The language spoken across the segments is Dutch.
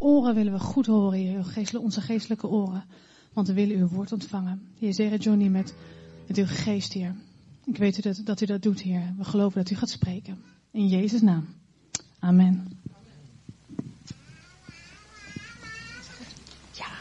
oren willen we goed horen, Heer, onze geestelijke oren. Want we willen uw woord ontvangen. Heer, zegen Johnny met uw geest, Heer. Ik weet dat u dat doet, Heer. We geloven dat u gaat spreken. In Jezus' naam. Amen. Ja.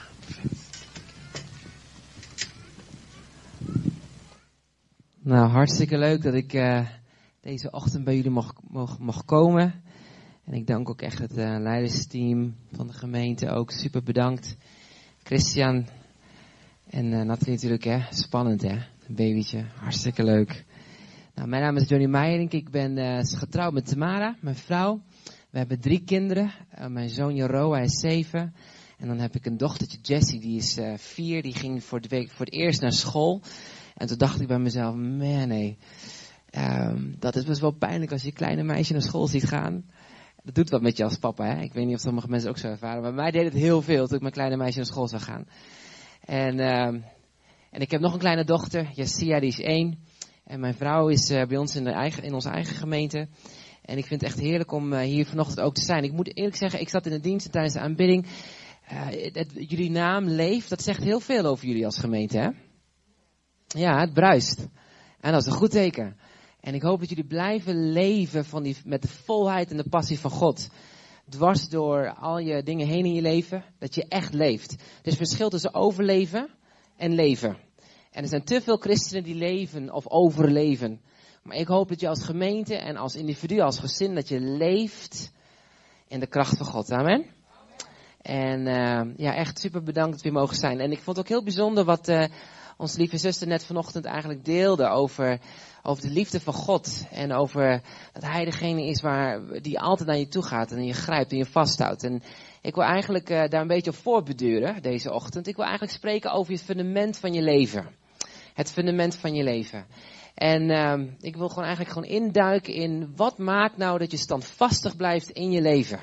Nou, hartstikke leuk dat ik deze ochtend bij jullie mag komen. En ik dank ook echt het leidersteam van de gemeente ook. Super bedankt. Christian en Nathalie natuurlijk, hè. Spannend, hè. Een babytje. Hartstikke leuk. Nou, mijn naam is Johnny Meijering. Ik ben getrouwd met Tamara, mijn vrouw. We hebben 3 kinderen. Mijn zoon Jero, hij is 7. En dan heb ik een dochtertje, Jessie, die is 4. Die ging voor het eerst naar school. En toen dacht ik bij mezelf, nee. Dat is best wel pijnlijk als je kleine meisje naar school ziet gaan. Dat doet wat met je als papa, hè. Ik weet niet of sommige mensen ook zo ervaren. Maar bij mij deed het heel veel toen ik mijn kleine meisje naar school zou gaan. En ik heb nog een kleine dochter, Jassia, die is 1. En mijn vrouw is bij ons in onze eigen gemeente. En ik vind het echt heerlijk om hier vanochtend ook te zijn. Ik moet eerlijk zeggen, ik zat in de dienst en tijdens de aanbidding. Jullie naam leeft, dat zegt heel veel over jullie als gemeente, hè. Ja, het bruist. En dat is een goed teken. En ik hoop dat jullie blijven leven met de volheid en de passie van God. Dwars door al je dingen heen in je leven, dat je echt leeft. Er is verschil tussen overleven en leven. En er zijn te veel christenen die leven of overleven. Maar ik hoop dat je als gemeente en als individu, als gezin, dat je leeft in de kracht van God. Amen. En ja, echt super bedankt dat we hier mogen zijn. En ik vond het ook heel bijzonder wat onze lieve zuster net vanochtend eigenlijk deelde over de liefde van God. En over dat hij degene is die altijd naar je toe gaat en je grijpt en je vasthoudt. En ik wil eigenlijk daar een beetje op voorbeduren deze ochtend. Ik wil eigenlijk spreken over het fundament van je leven. Het fundament van je leven. En ik wil gewoon induiken in wat maakt nou dat je standvastig blijft in je leven.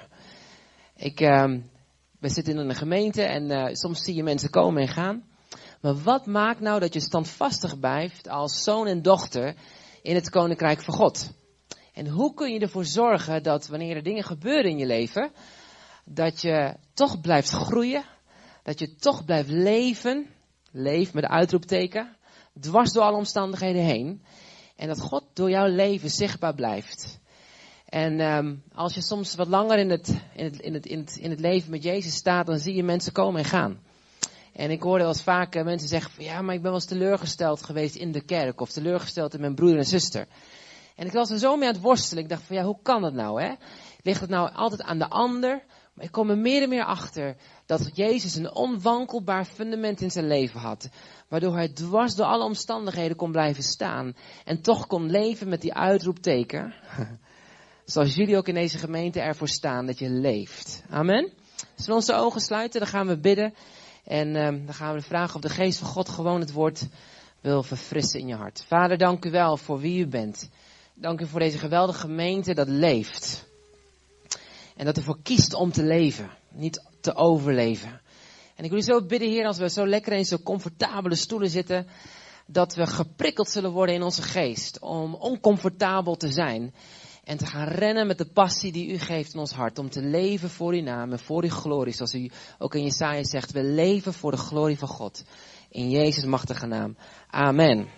We zitten in een gemeente en soms zie je mensen komen en gaan. Maar wat maakt nou dat je standvastig blijft als zoon en dochter in het koninkrijk van God? En hoe kun je ervoor zorgen dat wanneer er dingen gebeuren in je leven, dat je toch blijft groeien, dat je toch blijft leven, leef met uitroepteken, dwars door alle omstandigheden heen. En dat God door jouw leven zichtbaar blijft. En als je soms wat langer in het leven met Jezus staat, dan zie je mensen komen en gaan. En ik hoorde wel eens vaak mensen zeggen van, ja, maar ik ben wel eens teleurgesteld geweest in de kerk. Of teleurgesteld in mijn broer en zuster. En ik was er zo mee aan het worstelen. Ik dacht van, ja, hoe kan dat nou, hè? Ligt het nou altijd aan de ander? Maar ik kom er meer en meer achter dat Jezus een onwankelbaar fundament in zijn leven had. Waardoor hij dwars door alle omstandigheden kon blijven staan. En toch kon leven met die uitroepteken. Zoals jullie ook in deze gemeente ervoor staan dat je leeft. Amen. Zullen we onze ogen sluiten? Dan gaan we bidden. En dan gaan we vragen of de geest van God gewoon het woord wil verfrissen in je hart. Vader, dank u wel voor wie u bent. Dank u voor deze geweldige gemeente dat leeft. En dat ervoor kiest om te leven, niet te overleven. En ik wil u zo bidden, Heer, als we zo lekker in zo'n comfortabele stoelen zitten, dat we geprikkeld zullen worden in onze geest om oncomfortabel te zijn. En te gaan rennen met de passie die u geeft in ons hart. Om te leven voor uw naam en voor uw glorie. Zoals u ook in Jesaja zegt. We leven voor de glorie van God. In Jezus' machtige naam. Amen.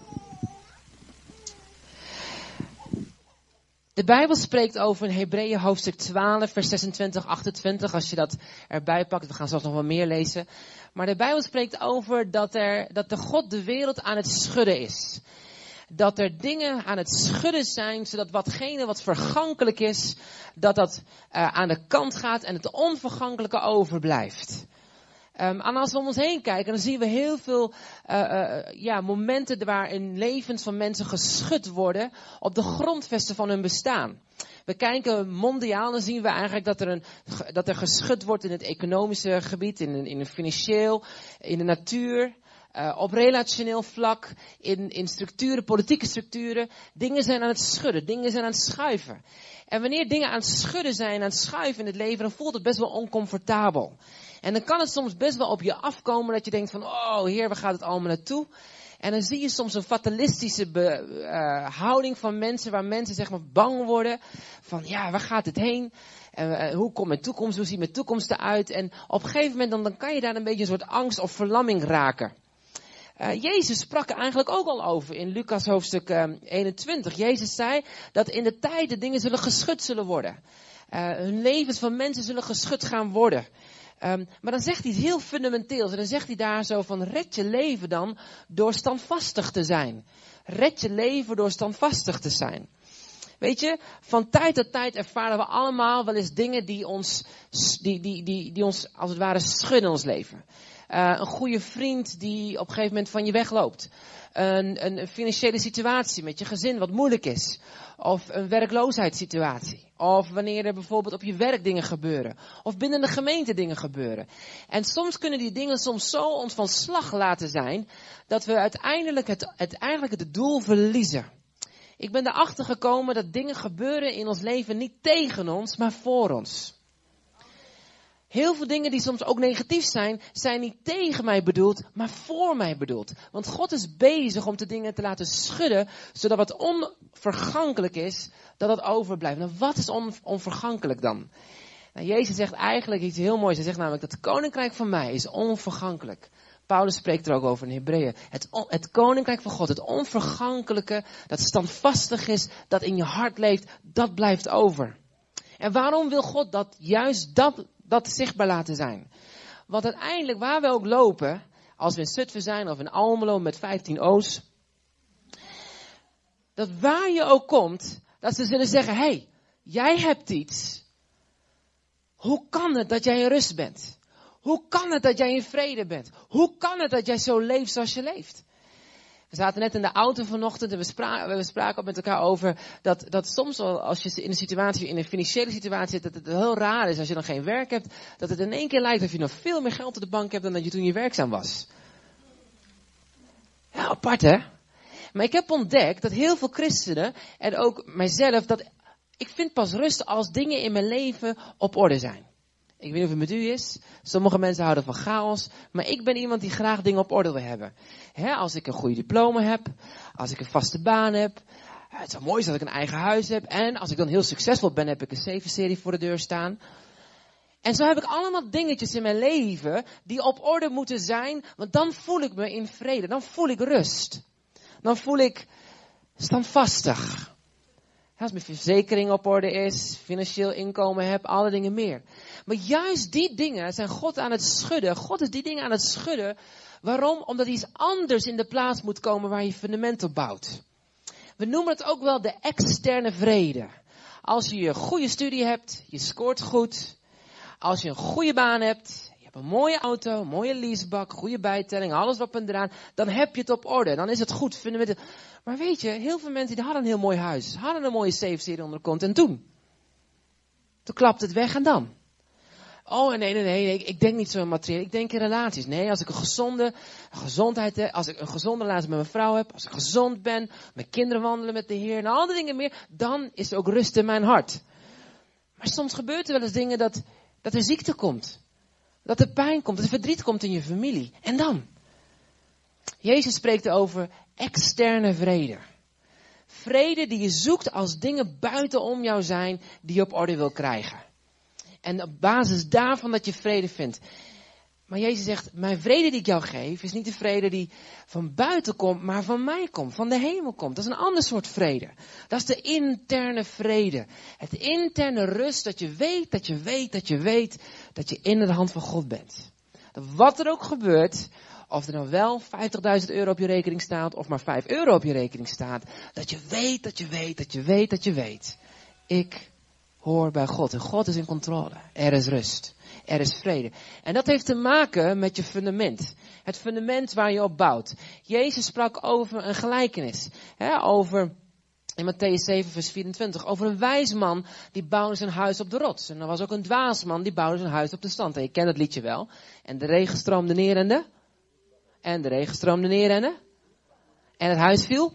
De Bijbel spreekt over in Hebreeën hoofdstuk 12 vers 26, 28. Als je dat erbij pakt. We gaan zelfs nog wel meer lezen. Maar de Bijbel spreekt over dat de God de wereld aan het schudden is. Dat er dingen aan het schudden zijn, zodat watgene wat vergankelijk is, dat aan de kant gaat en het onvergankelijke overblijft. En als we om ons heen kijken, dan zien we heel veel momenten waarin levens van mensen geschud worden op de grondvesten van hun bestaan. We kijken mondiaal, dan zien we eigenlijk dat er geschud wordt in het economische gebied, in het financieel, in de natuur. Op relationeel vlak, in structuren, politieke structuren. Dingen zijn aan het schudden, dingen zijn aan het schuiven. En wanneer dingen aan het schudden zijn, aan het schuiven in het leven, dan voelt het best wel oncomfortabel. En dan kan het soms best wel op je afkomen dat je denkt van, oh Heer, waar gaat het allemaal naartoe? En dan zie je soms een fatalistische houding van mensen, waar mensen zeg maar bang worden van, ja, waar gaat het heen? En hoe komt mijn toekomst? Hoe ziet mijn toekomst eruit? En op een gegeven moment dan kan je daar een beetje een soort angst of verlamming raken. Jezus sprak er eigenlijk ook al over in Lucas hoofdstuk 21. Jezus zei dat in de tijd de dingen geschud zullen worden. Hun levens van mensen zullen geschud gaan worden. Maar dan zegt hij iets heel fundamenteels. En dan zegt hij daar zo van, red je leven dan door standvastig te zijn. Red je leven door standvastig te zijn. Weet je, van tijd tot tijd ervaren we allemaal wel eens dingen die ons als het ware schudden in ons leven. Een goede vriend die op een gegeven moment van je wegloopt. Een financiële situatie met je gezin wat moeilijk is. Of een werkloosheidssituatie. Of wanneer er bijvoorbeeld op je werk dingen gebeuren. Of binnen de gemeente dingen gebeuren. En soms kunnen die dingen soms zo ons van slag laten zijn, dat we uiteindelijk het doel verliezen. Ik ben erachter gekomen dat dingen gebeuren in ons leven niet tegen ons, maar voor ons. Heel veel dingen die soms ook negatief zijn niet tegen mij bedoeld, maar voor mij bedoeld. Want God is bezig om de dingen te laten schudden, zodat wat onvergankelijk is, dat het overblijft. Nou, wat is onvergankelijk dan? Nou, Jezus zegt eigenlijk iets heel moois. Hij zegt namelijk dat het koninkrijk van mij is onvergankelijk. Paulus spreekt er ook over in Hebreeën. Het koninkrijk van God, het onvergankelijke, dat standvastig is, dat in je hart leeft, dat blijft over. En waarom wil God dat zichtbaar laten zijn? Want uiteindelijk, waar we ook lopen, als we in Zutphen zijn of in Almelo met 15 O's, dat waar je ook komt, dat ze zullen zeggen, hey, jij hebt iets. Hoe kan het dat jij in rust bent? Hoe kan het dat jij in vrede bent? Hoe kan het dat jij zo leeft zoals je leeft? We zaten net in de auto vanochtend en we spraken ook met elkaar over dat soms als je in een financiële situatie zit, dat het heel raar is als je dan geen werk hebt, dat het in één keer lijkt of je nog veel meer geld op de bank hebt dan dat je toen je werkzaam was. Ja, apart hè? Maar ik heb ontdekt dat heel veel christenen en ook mijzelf, dat ik vind pas rust als dingen in mijn leven op orde zijn. Ik weet niet of het met u is. Sommige mensen houden van chaos. Maar ik ben iemand die graag dingen op orde wil hebben. Als ik een goede diploma heb. Als ik een vaste baan heb. Het zou mooi zijn als ik een eigen huis heb. En als ik dan heel succesvol ben, heb ik een 7-serie voor de deur staan. En zo heb ik allemaal dingetjes in mijn leven die op orde moeten zijn. Want dan voel ik me in vrede. Dan voel ik rust. Dan voel ik standvastig. Als mijn verzekering op orde is, financieel inkomen heb, alle dingen meer. Maar juist die dingen zijn God aan het schudden. God is die dingen aan het schudden. Waarom? Omdat iets anders in de plaats moet komen waar je fundament op bouwt. We noemen het ook wel de externe vrede. Als je een goede studie hebt, je scoort goed. Als je een goede baan hebt, je hebt een mooie auto, een mooie leasebak, goede bijtelling, alles op en eraan. Dan heb je het op orde, dan is het goed fundament. Maar weet je, heel veel mensen die hadden een heel mooi huis. Hadden een mooie 7-serie onder de kont. En toen klapt het weg en dan? Oh nee, ik denk niet zo in materieel. Ik denk in relaties. Nee, als ik een gezondheid heb, als ik een gezonde relatie met mijn vrouw heb, als ik gezond ben, mijn kinderen wandelen met de Heer en al die dingen meer, dan is er ook rust in mijn hart. Maar soms gebeurt er wel eens dingen dat er ziekte komt. Dat er pijn komt, dat er verdriet komt in je familie. En dan? Jezus spreekt over externe vrede. Vrede die je zoekt als dingen buitenom jou zijn die je op orde wil krijgen. En op basis daarvan dat je vrede vindt. Maar Jezus zegt, mijn vrede die ik jou geef is niet de vrede die van buiten komt, maar van mij komt, van de hemel komt. Dat is een ander soort vrede. Dat is de interne vrede. Het interne rust dat je weet, dat je in de hand van God bent. Dat wat er ook gebeurt, of er nou wel 50.000 euro op je rekening staat, of maar 5 euro op je rekening staat, dat je weet. Ik hoor bij God en God is in controle. Er is rust. Er is vrede. En dat heeft te maken met je fundament. Het fundament waar je op bouwt. Jezus sprak over een gelijkenis. In Matthäus 7 vers 24. Over een wijs man die bouwde zijn huis op de rots. En er was ook een dwaas man die bouwde zijn huis op de zand. En je kent het liedje wel. En de regen stroomde neer en de regen stroomde neer en het huis viel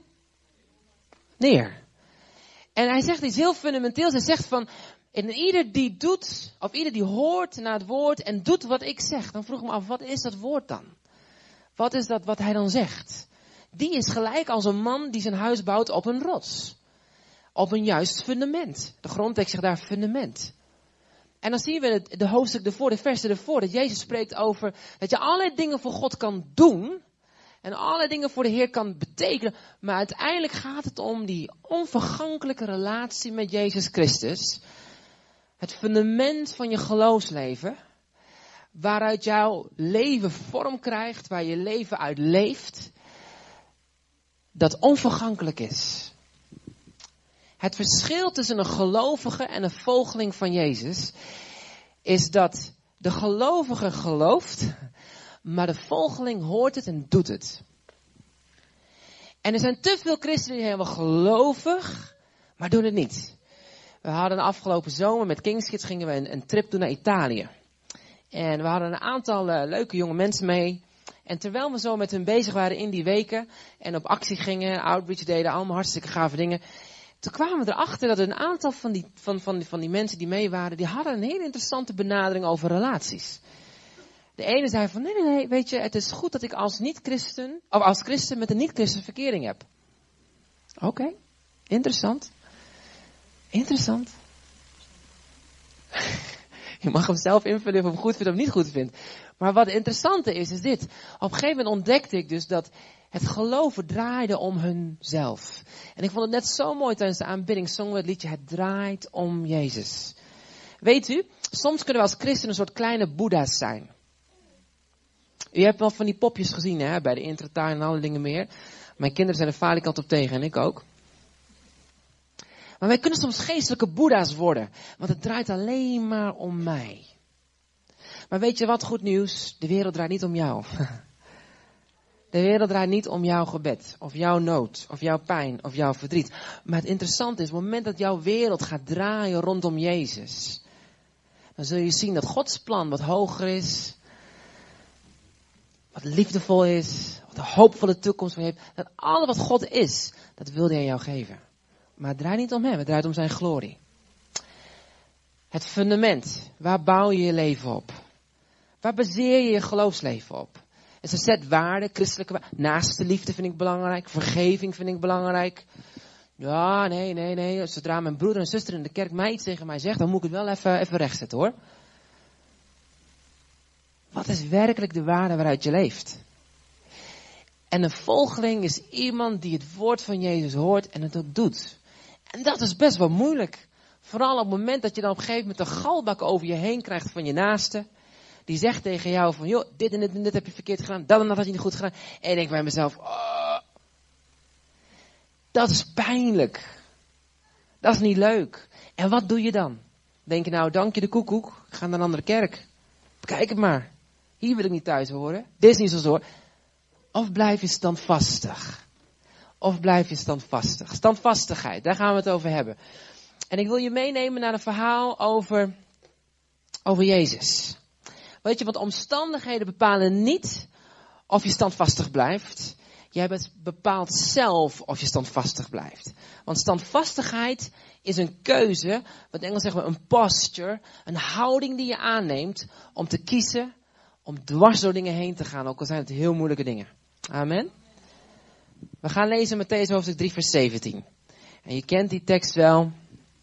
neer. En hij zegt iets heel fundamenteels. Hij zegt van, en ieder die doet, of ieder die hoort naar het woord en doet wat ik zeg. Dan vroeg ik me af, wat is dat woord dan? Wat is dat wat hij dan zegt? Die is gelijk als een man die zijn huis bouwt op een rots. Op een juist fundament. De grondtekst zegt daar fundament. En dan zien we de hoofdstuk ervoor, de versen ervoor, dat Jezus spreekt over dat je allerlei dingen voor God kan doen. En allerlei dingen voor de Heer kan betekenen. Maar uiteindelijk gaat het om die onvergankelijke relatie met Jezus Christus. Het fundament van je geloofsleven. Waaruit jouw leven vorm krijgt, waar je leven uit leeft. Dat onvergankelijk is. Het verschil tussen een gelovige en een volgeling van Jezus is dat de gelovige gelooft, maar de volgeling hoort het en doet het. En er zijn te veel christenen die helemaal gelovig, maar doen het niet. We hadden de afgelopen zomer met Kingskids gingen we een trip doen naar Italië. En we hadden een aantal leuke jonge mensen mee. En terwijl we zo met hun bezig waren in die weken en op actie gingen, outreach deden, allemaal hartstikke gave dingen. Toen kwamen we erachter dat een aantal van die mensen die mee waren, die hadden een hele interessante benadering over relaties. De ene zei van, nee, weet je, het is goed dat ik als niet-christen, of als christen met een niet-christen verkering heb. Oké, interessant. Interessant. Je mag hem zelf invullen of je hem goed vindt of niet goed vindt. Maar wat het interessante is dit. Op een gegeven moment ontdekte ik dus dat het geloven draaide om hunzelf. En ik vond het net zo mooi tijdens de aanbidding zongen we het liedje Het draait om Jezus. Weet u, soms kunnen we als christen een soort kleine boeddha's zijn. U hebt wel van die popjes gezien hè, bij de intratuin en alle dingen meer. Mijn kinderen zijn er falikant op tegen en ik ook. Maar wij kunnen soms geestelijke boeddha's worden. Want het draait alleen maar om mij. Maar weet je wat, goed nieuws? De wereld draait niet om jou. De wereld draait niet om jouw gebed. Of jouw nood. Of jouw pijn. Of jouw verdriet. Maar het interessante is, op het moment dat jouw wereld gaat draaien rondom Jezus. Dan zul je zien dat Gods plan wat hoger is. Wat liefdevol is. Wat een hoopvolle toekomst voor je heeft. Dat alles wat God is, dat wil hij aan jou geven. Maar het draait niet om hem, het draait om zijn glorie. Het fundament, waar bouw je je leven op? Waar baseer je je geloofsleven op? Het is een set waarden, christelijke waarden. Naaste liefde vind ik belangrijk, vergeving vind ik belangrijk. Ja, nee. Zodra mijn broeder en zuster in de kerk mij iets tegen mij zegt, dan moet ik het wel even rechtzetten hoor. Wat is werkelijk de waarde waaruit je leeft? En een volgeling is iemand die het woord van Jezus hoort en het ook doet. En dat is best wel moeilijk. Vooral op het moment dat je dan op een gegeven moment een galbak over je heen krijgt van je naaste. Die zegt tegen jou van, joh, dit en dit heb je verkeerd gedaan. Dat en dat had je niet goed gedaan. En ik denk bij mezelf, oh, dat is pijnlijk. Dat is niet leuk. En wat doe je dan? Denk je nou, dank je de koekoek. Ik ga naar een andere kerk. Kijk het maar. Hier wil ik niet thuis horen. Dit is niet zo hoor. Of blijf je standvastig? Of blijf je standvastig? Standvastigheid, daar gaan we het over hebben. En ik wil je meenemen naar een verhaal over Jezus. Weet je, want omstandigheden bepalen niet of je standvastig blijft. Jij bepaalt zelf of je standvastig blijft. Want standvastigheid is een keuze, wat in Engels zeggen we een posture. Een houding die je aanneemt om te kiezen, om dwars door dingen heen te gaan. Ook al zijn het heel moeilijke dingen. Amen. We gaan lezen Mattheüs hoofdstuk 3 vers 17. En je kent die tekst wel.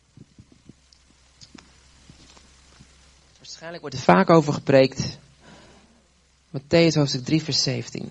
Waarschijnlijk wordt er vaak over gepreekt. Mattheüs hoofdstuk 3 vers 17.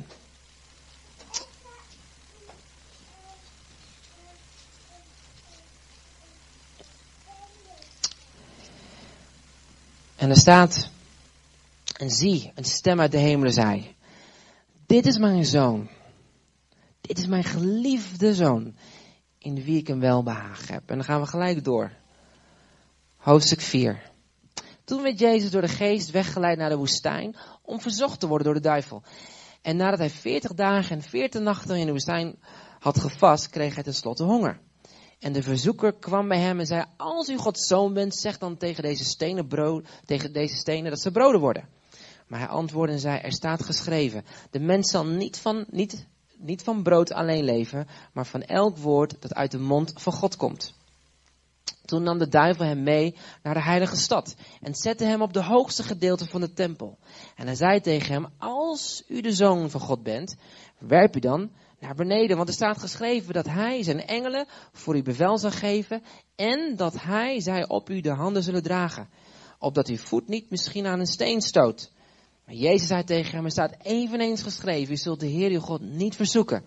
En er staat, en zie, een stem uit de hemelen zei, dit is mijn zoon. Dit is mijn geliefde zoon, in wie ik een welbehagen heb. En dan gaan we gelijk door. Hoofdstuk 4. Toen werd Jezus door de geest weggeleid naar de woestijn, om verzocht te worden door de duivel. En nadat hij 40 dagen en 40 nachten in de woestijn had gevast, kreeg hij tenslotte honger. En de verzoeker kwam bij hem en zei, als u Gods zoon bent, zeg dan tegen deze stenen dat ze broden worden. Maar hij antwoordde en zei, er staat geschreven, de mens zal niet van brood alleen leven, maar van elk woord dat uit de mond van God komt. Toen nam de duivel hem mee naar de heilige stad en zette hem op de hoogste gedeelte van de tempel. En hij zei tegen hem, als u de zoon van God bent, werp u dan naar beneden. Want er staat geschreven dat hij zijn engelen voor u bevel zal geven en dat zij op u de handen zullen dragen. opdat uw voet niet misschien aan een steen stoot. Maar Jezus zei tegen hem, er staat eveneens geschreven, u zult de Heer uw God niet verzoeken.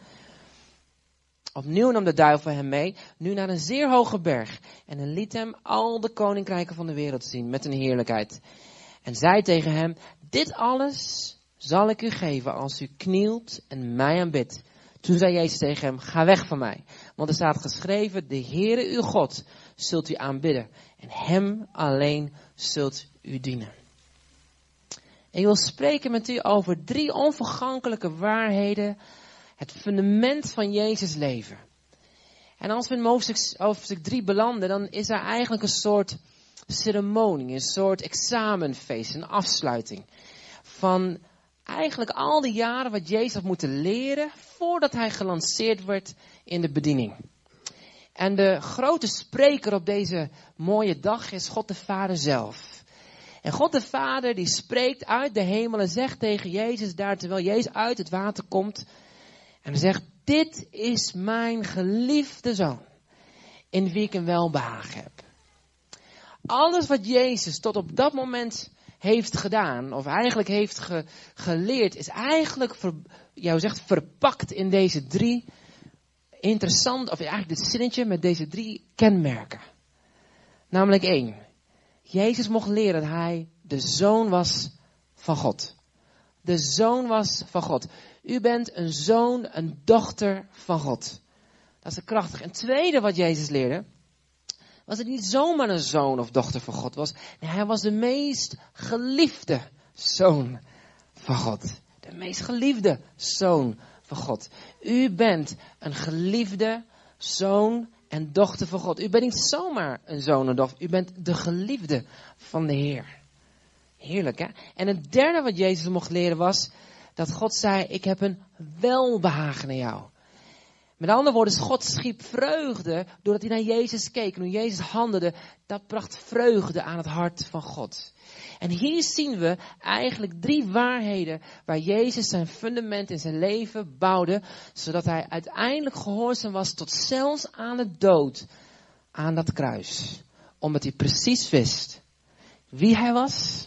Opnieuw nam de duivel hem mee, nu naar een zeer hoge berg. En hij liet hem al de koninkrijken van de wereld zien met een heerlijkheid. En zei tegen hem, dit alles zal ik u geven als u knielt en mij aanbidt. Toen zei Jezus tegen hem, ga weg van mij. Want er staat geschreven, de Heere uw God zult u aanbidden. En hem alleen zult u dienen. Ik wil spreken met u over 3 onvergankelijke waarheden. Het fundament van Jezus' leven. En als we in hoofdstuk 3 belanden, dan is er eigenlijk een soort ceremonie, een soort examenfeest, een afsluiting. Van eigenlijk al die jaren wat Jezus had moeten leren voordat hij gelanceerd werd in de bediening. En de grote spreker op deze mooie dag is God de Vader zelf. En God de Vader die spreekt uit de hemel en zegt tegen Jezus daar terwijl Jezus uit het water komt. En hij zegt, dit is mijn geliefde zoon, in wie ik een welbehagen heb. Alles wat Jezus tot op dat moment heeft gedaan, of eigenlijk heeft geleerd, is eigenlijk verpakt in deze 3 interessant, of eigenlijk dit zinnetje met deze 3 kenmerken. Namelijk 1. Jezus mocht leren dat hij de zoon was van God. De zoon was van God. U bent een zoon, een dochter van God. Dat is krachtig. En tweede wat Jezus leerde, was het niet zomaar een zoon of dochter van God was. Nee, hij was de meest geliefde zoon van God. De meest geliefde zoon van God. U bent een geliefde zoon en dochter van God. U bent niet zomaar een zoon en dochter. U bent de geliefde van de Heer. Heerlijk, hè? En het derde wat Jezus mocht leren was dat God zei, ik heb een welbehagen in jou. Met andere woorden, God schiep vreugde doordat hij naar Jezus keek. En hoe Jezus handelde, dat bracht vreugde aan het hart van God. En hier zien we eigenlijk 3 waarheden waar Jezus zijn fundament in zijn leven bouwde. Zodat hij uiteindelijk gehoorzaam was tot zelfs aan de dood aan dat kruis. Omdat hij precies wist wie hij was,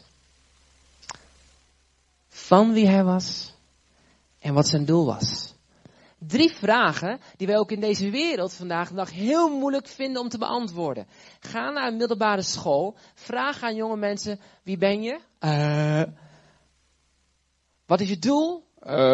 van wie hij was en wat zijn doel was. 3 vragen die wij ook in deze wereld vandaag de dag heel moeilijk vinden om te beantwoorden. Ga naar een middelbare school. Vraag aan jonge mensen, wie ben je? Wat is je doel?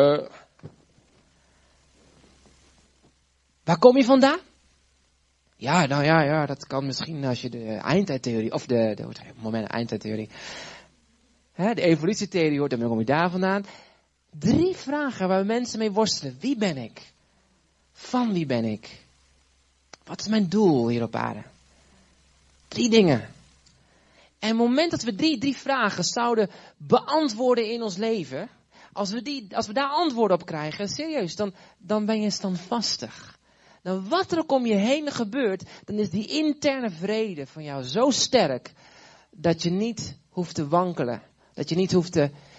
Waar kom je vandaan? Ja, dat kan misschien als je de eindtijdtheorie, of eindtijdtheorie. De evolutietheorie hoort, dan kom je daar vandaan. 3 vragen waar mensen mee worstelen. Wie ben ik? Van wie ben ik? Wat is mijn doel hier op aarde? 3 dingen. En het moment dat we die 3 vragen zouden beantwoorden in ons leven, als we daar antwoorden op krijgen, serieus, dan ben je standvastig. Dan wat er ook om je heen gebeurt, dan is die interne vrede van jou zo sterk, dat je niet hoeft te wankelen. Dat je niet hoeft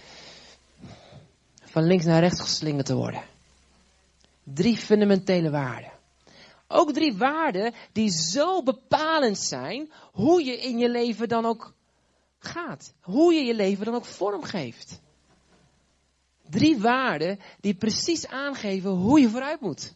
van links naar rechts geslingerd te worden. 3 fundamentele waarden. Ook 3 waarden die zo bepalend zijn hoe je in je leven dan ook gaat. Hoe je je leven dan ook vormgeeft. 3 waarden die precies aangeven hoe je vooruit moet.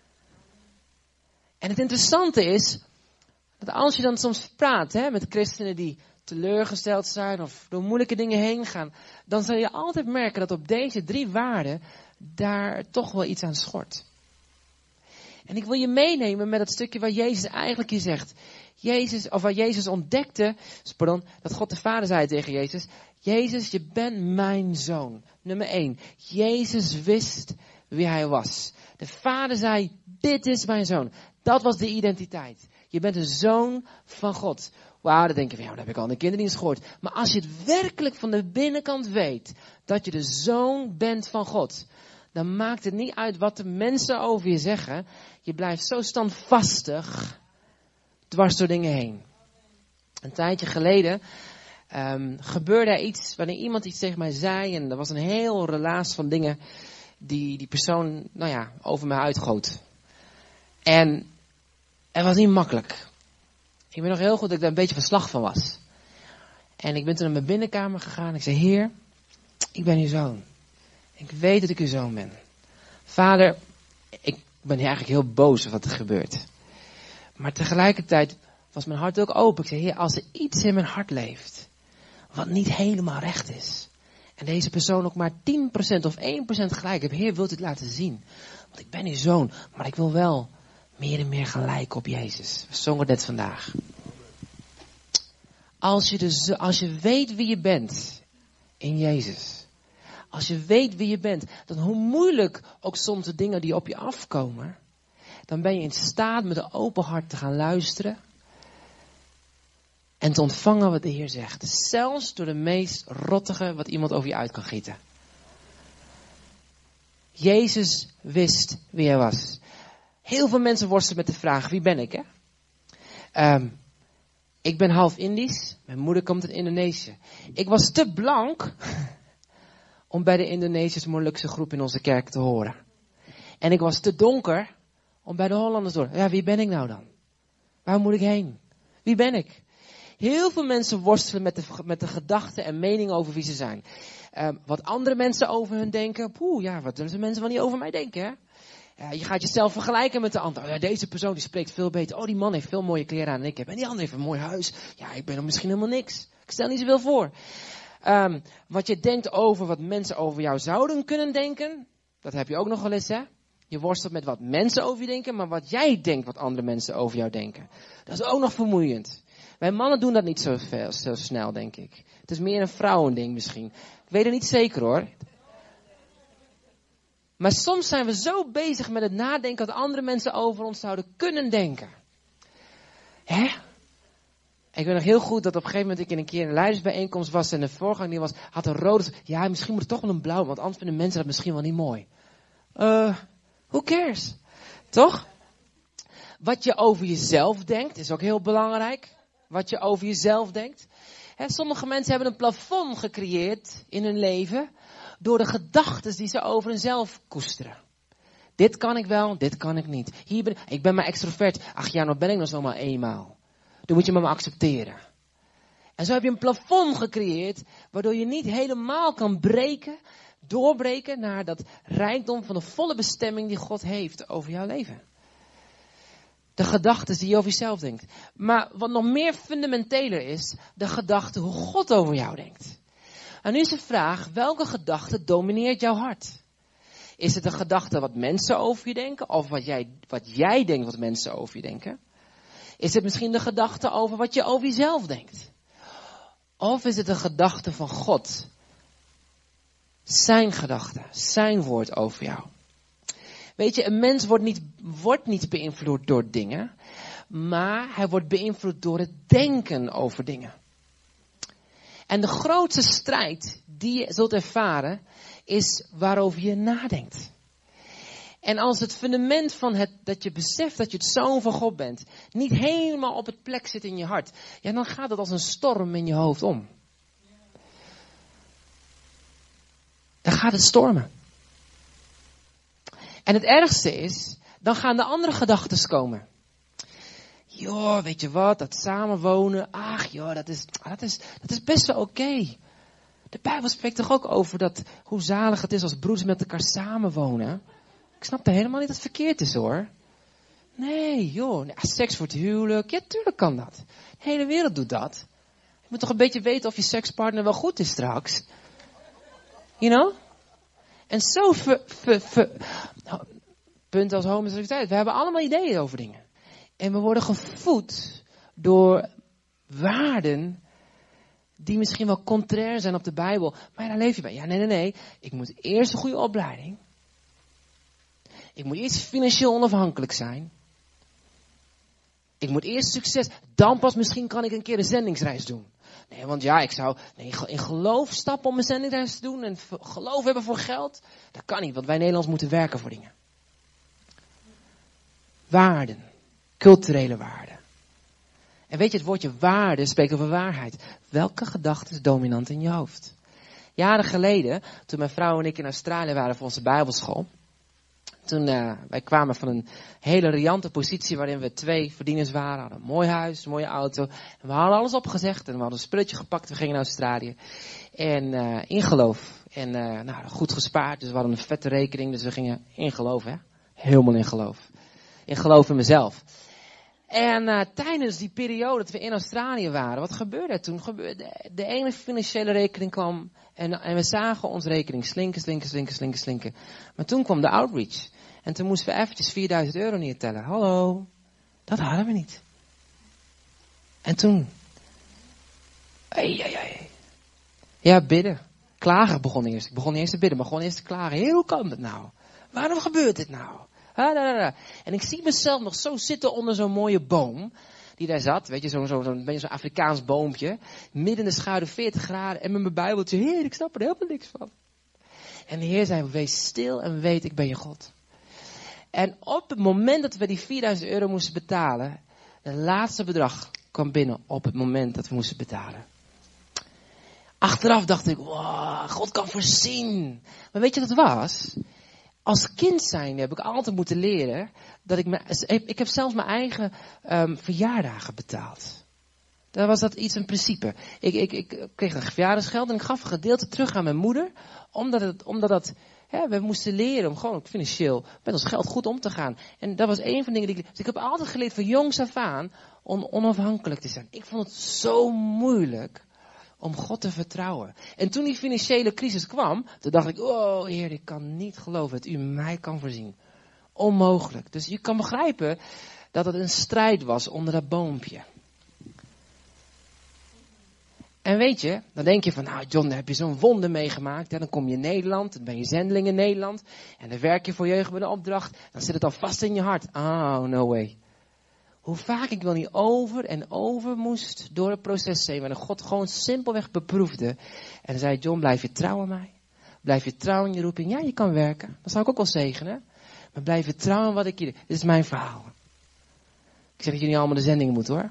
En het interessante is, dat als je dan soms praat met christenen die teleurgesteld zijn of door moeilijke dingen heen gaan, dan zal je altijd merken dat op deze 3 waarden daar toch wel iets aan schort. En ik wil je meenemen met het stukje waar Jezus eigenlijk hier zegt. Waar Jezus ontdekte, dat God de Vader zei tegen Jezus, Jezus, je bent mijn zoon. Nummer 1, Jezus wist wie hij was. De Vader zei, dit is mijn zoon. Dat was de identiteit. Je bent een zoon van God. Wauw, dan denk je van, dat heb ik al in de kinderdienst gehoord. Maar als je het werkelijk van de binnenkant weet, dat je de zoon bent van God, dan maakt het niet uit wat de mensen over je zeggen. Je blijft zo standvastig dwars door dingen heen. Een tijdje geleden gebeurde er iets wanneer iemand iets tegen mij zei. En er was een heel relaas van dingen die persoon over mij uitgoot. En het was niet makkelijk. Ik weet nog heel goed dat ik daar een beetje van slag van was. En ik ben toen naar mijn binnenkamer gegaan. Ik zei, Heer, ik ben uw zoon. Ik weet dat ik uw zoon ben. Vader, ik ben eigenlijk heel boos op wat er gebeurt. Maar tegelijkertijd was mijn hart ook open. Ik zei, Heer, als er iets in mijn hart leeft wat niet helemaal recht is. En deze persoon ook maar 10% of 1% gelijk heeft. Heer, wilt u het laten zien? Want ik ben uw zoon, maar ik wil wel meer en meer gaan lijken op Jezus. We zongen dit vandaag. Als je weet wie je bent in Jezus. Als je weet wie je bent, dan hoe moeilijk ook soms de dingen die op je afkomen. Dan ben je in staat met een open hart te gaan luisteren. En te ontvangen wat de Heer zegt. Zelfs door de meest rottige wat iemand over je uit kan gieten. Jezus wist wie hij was. Heel veel mensen worstelen met de vraag, wie ben ik, hè? Ik ben half Indisch. Mijn moeder komt uit Indonesië. Ik was te blank om bij de Indonesische Molukse groep in onze kerk te horen. En ik was te donker om bij de Hollanders te horen. Ja, wie ben ik nou dan? Waar moet ik heen? Wie ben ik? Heel veel mensen worstelen met de gedachten en meningen over wie ze zijn. Wat andere mensen over hun denken. Wat zullen ze mensen wel niet over mij denken, hè? Ja, je gaat jezelf vergelijken met de ander. Oh ja, deze persoon die spreekt veel beter. Oh, die man heeft veel mooie kleren aan dan ik heb. En die ander heeft een mooi huis. Ja, ik ben er misschien helemaal niks. Ik stel niet zoveel voor. Wat je denkt over wat mensen over jou zouden kunnen denken. Dat heb je ook nog wel eens, hè? Je worstelt met wat mensen over je denken. Maar wat jij denkt wat andere mensen over jou denken. Dat is ook nog vermoeiend. Wij mannen doen dat niet zo snel, denk ik. Het is meer een vrouwending misschien. Ik weet het niet zeker, hoor. Maar soms zijn we zo bezig met het nadenken wat andere mensen over ons zouden kunnen denken. Hè? Ik weet nog heel goed dat op een gegeven moment ik in een keer in een leidersbijeenkomst was en de voorganger die had een rode. Ja, misschien moet het toch wel een blauw, want anders vinden mensen dat misschien wel niet mooi. Who cares? Toch? Wat je over jezelf denkt is ook heel belangrijk. Wat je over jezelf denkt. Hè, sommige mensen hebben een plafond gecreëerd in hun leven door de gedachten die ze over hunzelf koesteren. Dit kan ik wel, dit kan ik niet. Ik ben maar extrovert. Ach ja, nou ben ik nog zomaar eenmaal. Dan moet je me maar accepteren. En zo heb je een plafond gecreëerd, waardoor je niet helemaal kan doorbreken naar dat rijkdom van de volle bestemming die God heeft over jouw leven. De gedachten die je over jezelf denkt. Maar wat nog meer fundamenteler is, de gedachte hoe God over jou denkt. En nu is de vraag, welke gedachte domineert jouw hart? Is het een gedachte wat mensen over je denken? Of wat jij denkt wat mensen over je denken? Is het misschien de gedachte over wat je over jezelf denkt? Of is het een gedachte van God? Zijn gedachte, zijn woord over jou. Weet je, een mens wordt niet beïnvloed door dingen. Maar hij wordt beïnvloed door het denken over dingen. En de grootste strijd die je zult ervaren is waarover je nadenkt. En als het fundament van dat je beseft dat je het zoon van God bent, niet helemaal op het plek zit in je hart, ja, dan gaat het als een storm in je hoofd om. Dan gaat het stormen. En het ergste is, dan gaan de andere gedachten komen. Joh, weet je wat, dat samenwonen, ach joh, dat is best wel oké. De Bijbel spreekt toch ook over hoe zalig het is als broeders met elkaar samenwonen. Ik snap er helemaal niet dat het verkeerd is, hoor. Nee, joh, seks voor het huwelijk, ja, tuurlijk kan dat. De hele wereld doet dat. Je moet toch een beetje weten of je sekspartner wel goed is straks. You know? En zo punt als homoseksualiteit. We hebben allemaal ideeën over dingen. En we worden gevoed door waarden die misschien wel contrair zijn op de Bijbel. Maar ja, daar leef je bij. Ja, nee. Ik moet eerst een goede opleiding. Ik moet eerst financieel onafhankelijk zijn. Ik moet eerst succes. Dan pas misschien kan ik een keer een zendingsreis doen. Nee, want ja, ik zou in geloof stappen om een zendingsreis te doen. En geloof hebben voor geld. Dat kan niet, want wij Nederlands moeten werken voor dingen. Waarden. Culturele waarden. En weet je, het woordje waarde spreekt over waarheid. Welke gedachte is dominant in je hoofd? Jaren geleden, toen mijn vrouw en ik in Australië waren voor onze bijbelschool. Toen wij kwamen van een hele riante positie waarin we 2 verdieners waren. Hadden een mooi huis, een mooie auto. En we hadden alles opgezegd en we hadden een spulletje gepakt. We gingen naar Australië. En in geloof. En goed gespaard, dus we hadden een vette rekening. Dus we gingen in geloof, hè. Helemaal in geloof. In geloof in mezelf. En tijdens die periode dat we in Australië waren, wat gebeurde er toen? De ene financiële rekening kwam en we zagen onze rekening slinken. Maar toen kwam de outreach. En toen moesten we eventjes €4.000 neertellen. Hallo, dat hadden we niet. En toen, ja, bidden. Klagen begon eerst. Ik begon niet eens te bidden, maar gewoon eerst te klagen. Heer, hoe kan dat nou? Waarom gebeurt dit nou? En ik zie mezelf nog zo zitten onder zo'n mooie boom. Die daar zat, weet je, zo'n Afrikaans boompje. Midden in de schaduw, 40 graden. En met mijn bijbeltje, Heer, ik snap er helemaal niks van. En de Heer zei, wees stil en weet, ik ben je God. En op het moment dat we die €4.000 moesten betalen. Het laatste bedrag kwam binnen op het moment dat we moesten betalen. Achteraf dacht ik, wow, God kan voorzien. Maar weet je wat het was? Als kind zijn heb ik altijd moeten leren dat ik heb zelfs mijn eigen verjaardagen betaald. Daar was dat een principe. Ik kreeg een verjaardagsgeld en ik gaf een gedeelte terug aan mijn moeder. Omdat we moesten leren om gewoon financieel met ons geld goed om te gaan. En dat was een van de dingen die dus ik heb altijd geleerd van jongs af aan om onafhankelijk te zijn. Ik vond het zo moeilijk om God te vertrouwen. En toen die financiële crisis kwam, toen dacht ik, oh Heer, ik kan niet geloven dat u mij kan voorzien. Onmogelijk. Dus je kan begrijpen dat het een strijd was onder dat boompje. En weet je, dan denk je van, nou John, dan heb je zo'n wonder meegemaakt. En dan kom je in Nederland, dan ben je zendeling in Nederland. En dan werk je voor jeugd met een opdracht. Dan zit het al vast in je hart. Oh, no way. Hoe vaak ik wel niet over en over moest door het proces heen. Waarin God gewoon simpelweg beproefde. En zei, John, blijf je trouw aan mij? Blijf je trouw in je roeping? Ja, je kan werken. Dat zou ik ook wel zegenen. Maar blijf je trouw aan wat ik hier... Dit is mijn verhaal. Ik zeg dat jullie allemaal de zendingen moeten hoor.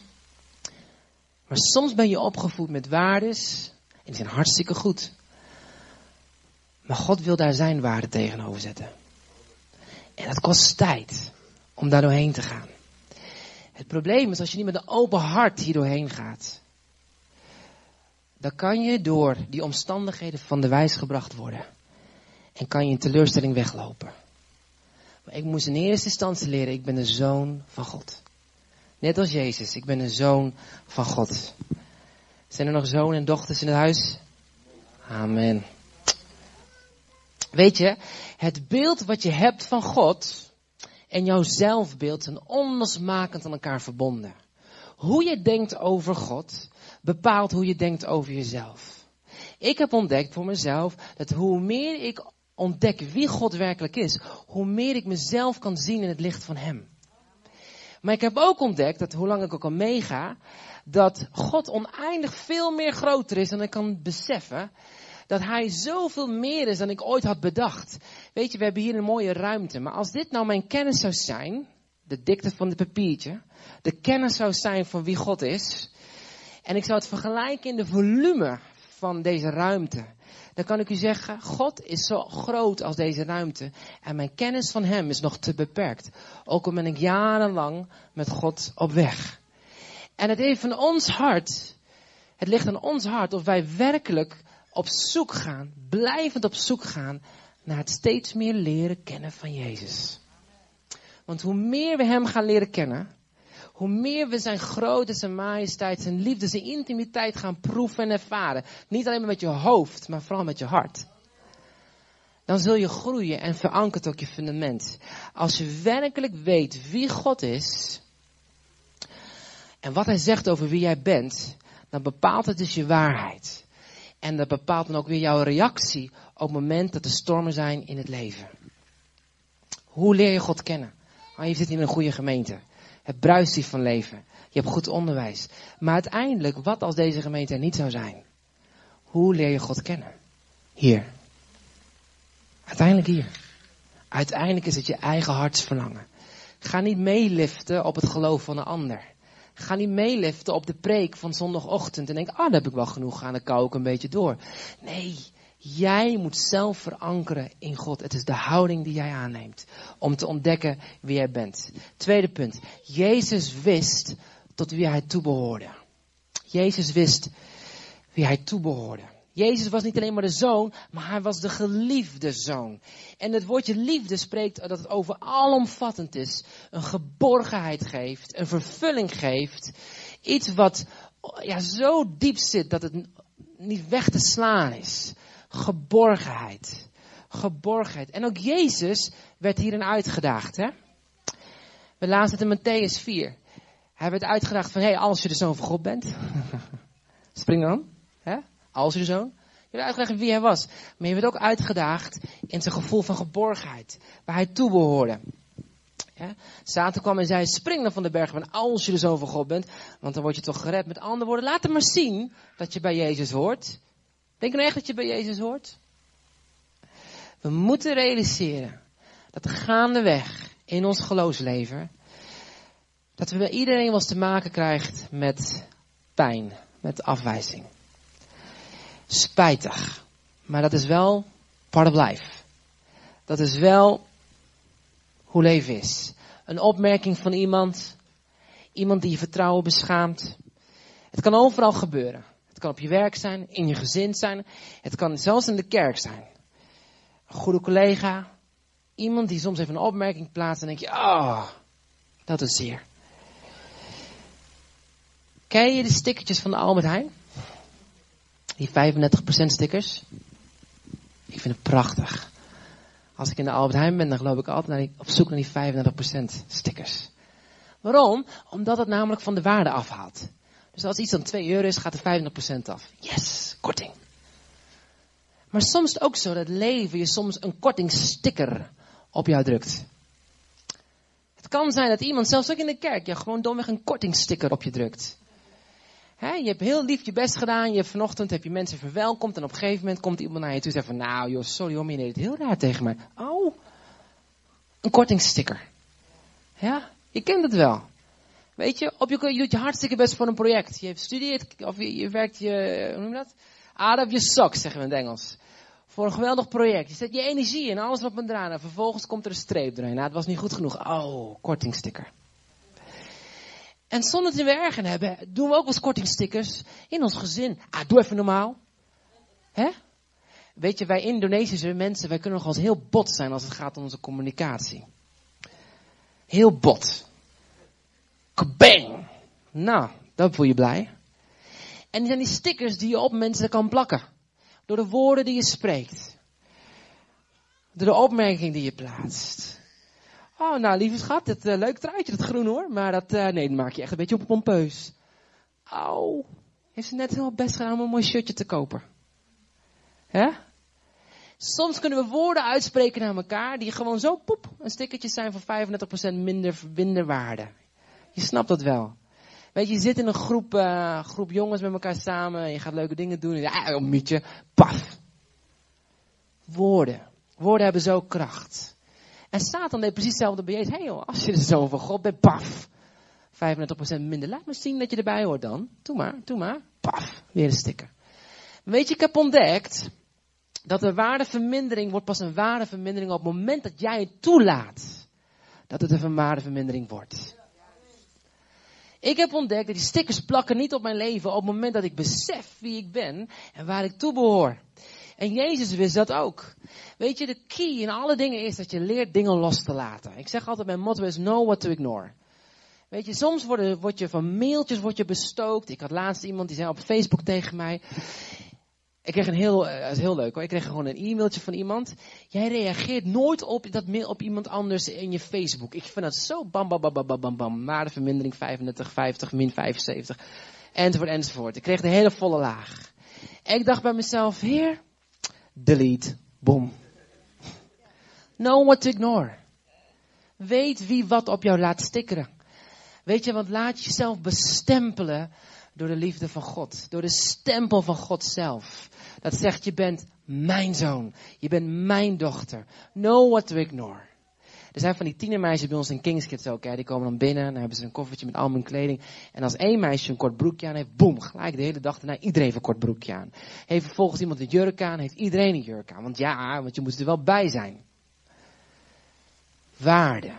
Maar soms ben je opgevoed met waardes. En die zijn hartstikke goed. Maar God wil daar zijn waarde tegenover zetten. En dat kost tijd. Om daar doorheen te gaan. Het probleem is als je niet met een open hart hier doorheen gaat. Dan kan je door die omstandigheden van de wijs gebracht worden. En kan je in teleurstelling weglopen. Maar ik moest in eerste instantie leren, ik ben de zoon van God. Net als Jezus, ik ben een zoon van God. Zijn er nog zonen en dochters in het huis? Amen. Weet je, het beeld wat je hebt van God en jouw zelfbeeld zijn onlosmakend aan elkaar verbonden. Hoe je denkt over God bepaalt hoe je denkt over jezelf. Ik heb ontdekt voor mezelf dat hoe meer ik ontdek wie God werkelijk is, hoe meer ik mezelf kan zien in het licht van Hem. Maar ik heb ook ontdekt, dat hoe lang ik ook al meega, dat God oneindig veel meer groter is dan ik kan beseffen. Dat Hij zoveel meer is dan ik ooit had bedacht. Weet je, we hebben hier een mooie ruimte. Maar als dit nou mijn kennis zou zijn, de dikte van het papiertje, de kennis zou zijn van wie God is, en ik zou het vergelijken in de volume van deze ruimte, dan kan ik u zeggen, God is zo groot als deze ruimte. En mijn kennis van Hem is nog te beperkt. Ook al ben ik jarenlang met God op weg. En het heeft van ons hart, het ligt aan ons hart of wij werkelijk op zoek gaan, blijvend op zoek gaan naar het steeds meer leren kennen van Jezus. Want hoe meer we Hem gaan leren kennen, hoe meer we zijn grootte, zijn majesteit, zijn liefde, zijn intimiteit gaan proeven en ervaren. Niet alleen maar met je hoofd, maar vooral met je hart. Dan zul je groeien en verankert ook je fundament. Als je werkelijk weet wie God is en wat Hij zegt over wie jij bent, dan bepaalt het dus je waarheid. En dat bepaalt dan ook weer jouw reactie op het moment dat er stormen zijn in het leven. Hoe leer je God kennen? Je zit in een goede gemeente. Het bruist hier van leven. Je hebt goed onderwijs. Maar uiteindelijk, wat als deze gemeente er niet zou zijn? Hoe leer je God kennen? Hier. Uiteindelijk hier. Uiteindelijk is het je eigen hartsverlangen. Ga niet meeliften op het geloof van een ander. Ga niet meeliften op de preek van zondagochtend en denk, daar heb ik wel genoeg aan, dan kou ik een beetje door. Nee, Jij moet zelf verankeren in God. Het is de houding die jij aanneemt. Om te ontdekken wie jij bent. Tweede punt. Jezus wist tot wie hij toebehoorde. Jezus wist wie hij toebehoorde. Jezus was niet alleen maar de zoon, maar hij was de geliefde zoon. En het woordje liefde spreekt dat het over alomvattend is. Een geborgenheid geeft, een vervulling geeft. Iets wat zo diep zit dat het niet weg te slaan is. Geborgenheid. Geborgenheid. En ook Jezus werd hierin uitgedaagd. Hè? We lazen het in Matthäus 4. Hij werd uitgedaagd van, als je de zoon van God bent. Spring dan. Hè? Als je de zoon. Je werd uitgedaagd wie hij was. Maar je werd ook uitgedaagd in zijn gevoel van geborgenheid. Waar hij toe behoorde. Ja? Satan kwam en zei, spring dan van de berg van als je de zoon van God bent. Want dan word je toch gered. Met andere woorden, laat hem maar zien dat je bij Jezus hoort. Denk je nou echt dat je bij Jezus hoort? We moeten realiseren dat er gaandeweg in ons geloofsleven, dat we bij iedereen wel eens te maken krijgt met pijn, met afwijzing. Spijtig. Maar dat is wel part of life. Dat is wel hoe leven is. Een opmerking van iemand die je vertrouwen beschaamt. Het kan overal gebeuren. Het kan op je werk zijn, in je gezin zijn. Het kan zelfs in de kerk zijn. Een goede collega. Iemand die soms even een opmerking plaatst en denk je, dat is zeer. Ken je de stickertjes van de Albert Heijn? Die 35% stickers. Ik vind het prachtig. Als ik in de Albert Heijn ben, dan loop ik altijd op zoek naar die 35% stickers. Waarom? Omdat het namelijk van de waarde afhaalt. Dus als iets dan €2 is, gaat er 25% af. Yes, korting. Maar soms is het ook zo dat leven je soms een kortingsticker op jou drukt. Het kan zijn dat iemand, zelfs ook in de kerk, gewoon domweg een kortingsticker op je drukt. Je hebt heel lief je best gedaan, vanochtend heb je mensen verwelkomd en op een gegeven moment komt iemand naar je toe en zegt van, nou joh, sorry hoor, maar je deed het heel raar tegen mij. Oh, een kortingsticker. Ja, je kent het wel. Weet je, je doet je hartstikke best voor een project. Je studeert, of je werkt hoe noem je dat? Out of your socks, zeggen we in het Engels. Voor een geweldig project. Je zet je energie in, alles wat men eraan. En vervolgens komt er een streep doorheen. Nou, het was niet goed genoeg. Oh, kortingsticker. En zonder te ergen hebben, doen we ook wel eens kortingstickers in ons gezin. Doe even normaal. Hè? Weet je, wij Indonesische mensen, wij kunnen nog wel eens heel bot zijn als het gaat om onze communicatie. Heel bot. Kabang! Nou, dat voel je blij. En die zijn die stickers die je op mensen kan plakken. Door de woorden die je spreekt. Door de opmerking die je plaatst. Oh, nou lieve schat, het leuk truitje, dat groen hoor. Maar dat maak je echt een beetje op pompeus. Oh, heeft ze net heel best gedaan om een mooi shirtje te kopen. Hè? Soms kunnen we woorden uitspreken naar elkaar die gewoon zo een stickertje zijn voor 35% minder waarde. Je snapt dat wel. Weet je, je zit in een groep jongens met elkaar samen. En je gaat leuke dingen doen. En mietje, paf. Woorden. Woorden hebben zo kracht. En Satan deed precies hetzelfde bij Jezus. Joh, als je de zoon van God bent, paf. 35% minder. Laat me zien dat je erbij hoort dan. Doe maar. Paf. Weer een sticker. Weet je, ik heb ontdekt dat de waardevermindering wordt pas een waardevermindering op het moment dat jij het toelaat. Dat het een waardevermindering wordt. Ik heb ontdekt dat die stickers plakken niet op mijn leven op het moment dat ik besef wie ik ben en waar ik toe behoor. En Jezus wist dat ook. Weet je, de key in alle dingen is dat je leert dingen los te laten. Ik zeg altijd, mijn motto is know what to ignore. Weet je, soms word je van mailtjes bestookt. Ik had laatst iemand die zei op Facebook tegen mij. Ik kreeg dat is heel leuk hoor. Ik kreeg gewoon een e-mailtje van iemand. Jij reageert nooit op dat mail op iemand anders in je Facebook. Ik vind dat zo bam. Waardevermindering 35, 50, min 75. Enzovoort. Ik kreeg de hele volle laag. En ik dacht bij mezelf, Heer, delete, boom. Know what to ignore. Weet wie wat op jou laat stickeren. Weet je, want laat jezelf bestempelen door de liefde van God. Door de stempel van God zelf. Dat zegt, je bent mijn zoon. Je bent mijn dochter. Know what to ignore. Er zijn van die tienermeisjes bij ons in Kings Kids ook. Hè. Die komen dan binnen, dan hebben ze een koffertje met al hun kleding. En als één meisje een kort broekje aan heeft, boem, gelijk de hele dag daarna iedereen heeft een kort broekje aan. Heeft vervolgens iemand een jurk aan, heeft iedereen een jurk aan. Want je moet er wel bij zijn. Waarde.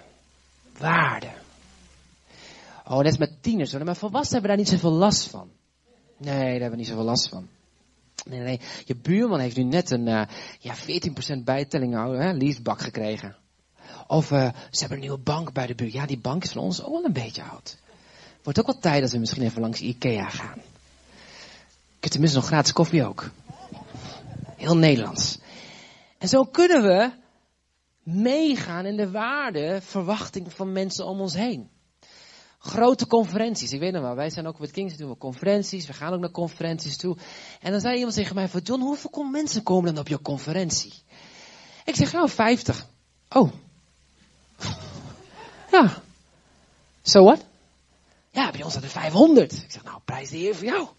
Oh, dat is met tieners hoor. Maar volwassenen hebben daar niet zoveel last van. Nee, daar hebben we niet zoveel last van. Nee. Je buurman heeft nu net een 14% bijtelling leasebak gekregen. Of ze hebben een nieuwe bank bij de buurt. Ja, die bank is van ons ook wel een beetje oud. Wordt ook wel tijd dat we misschien even langs Ikea gaan. Je kunt tenminste nog gratis koffie ook. Heel Nederlands. En zo kunnen we meegaan in de waarde, verwachting van mensen om ons heen. Grote conferenties. Ik weet nog wel, wij zijn ook met Kings, doen we conferenties. We gaan ook naar conferenties toe. En dan zei iemand tegen mij van, John, hoeveel mensen komen dan op je conferentie? Ik zeg, 50. Oh. Ja. So what? Ja, bij ons zijn er 500. Ik zeg, prijs de Heer voor jou.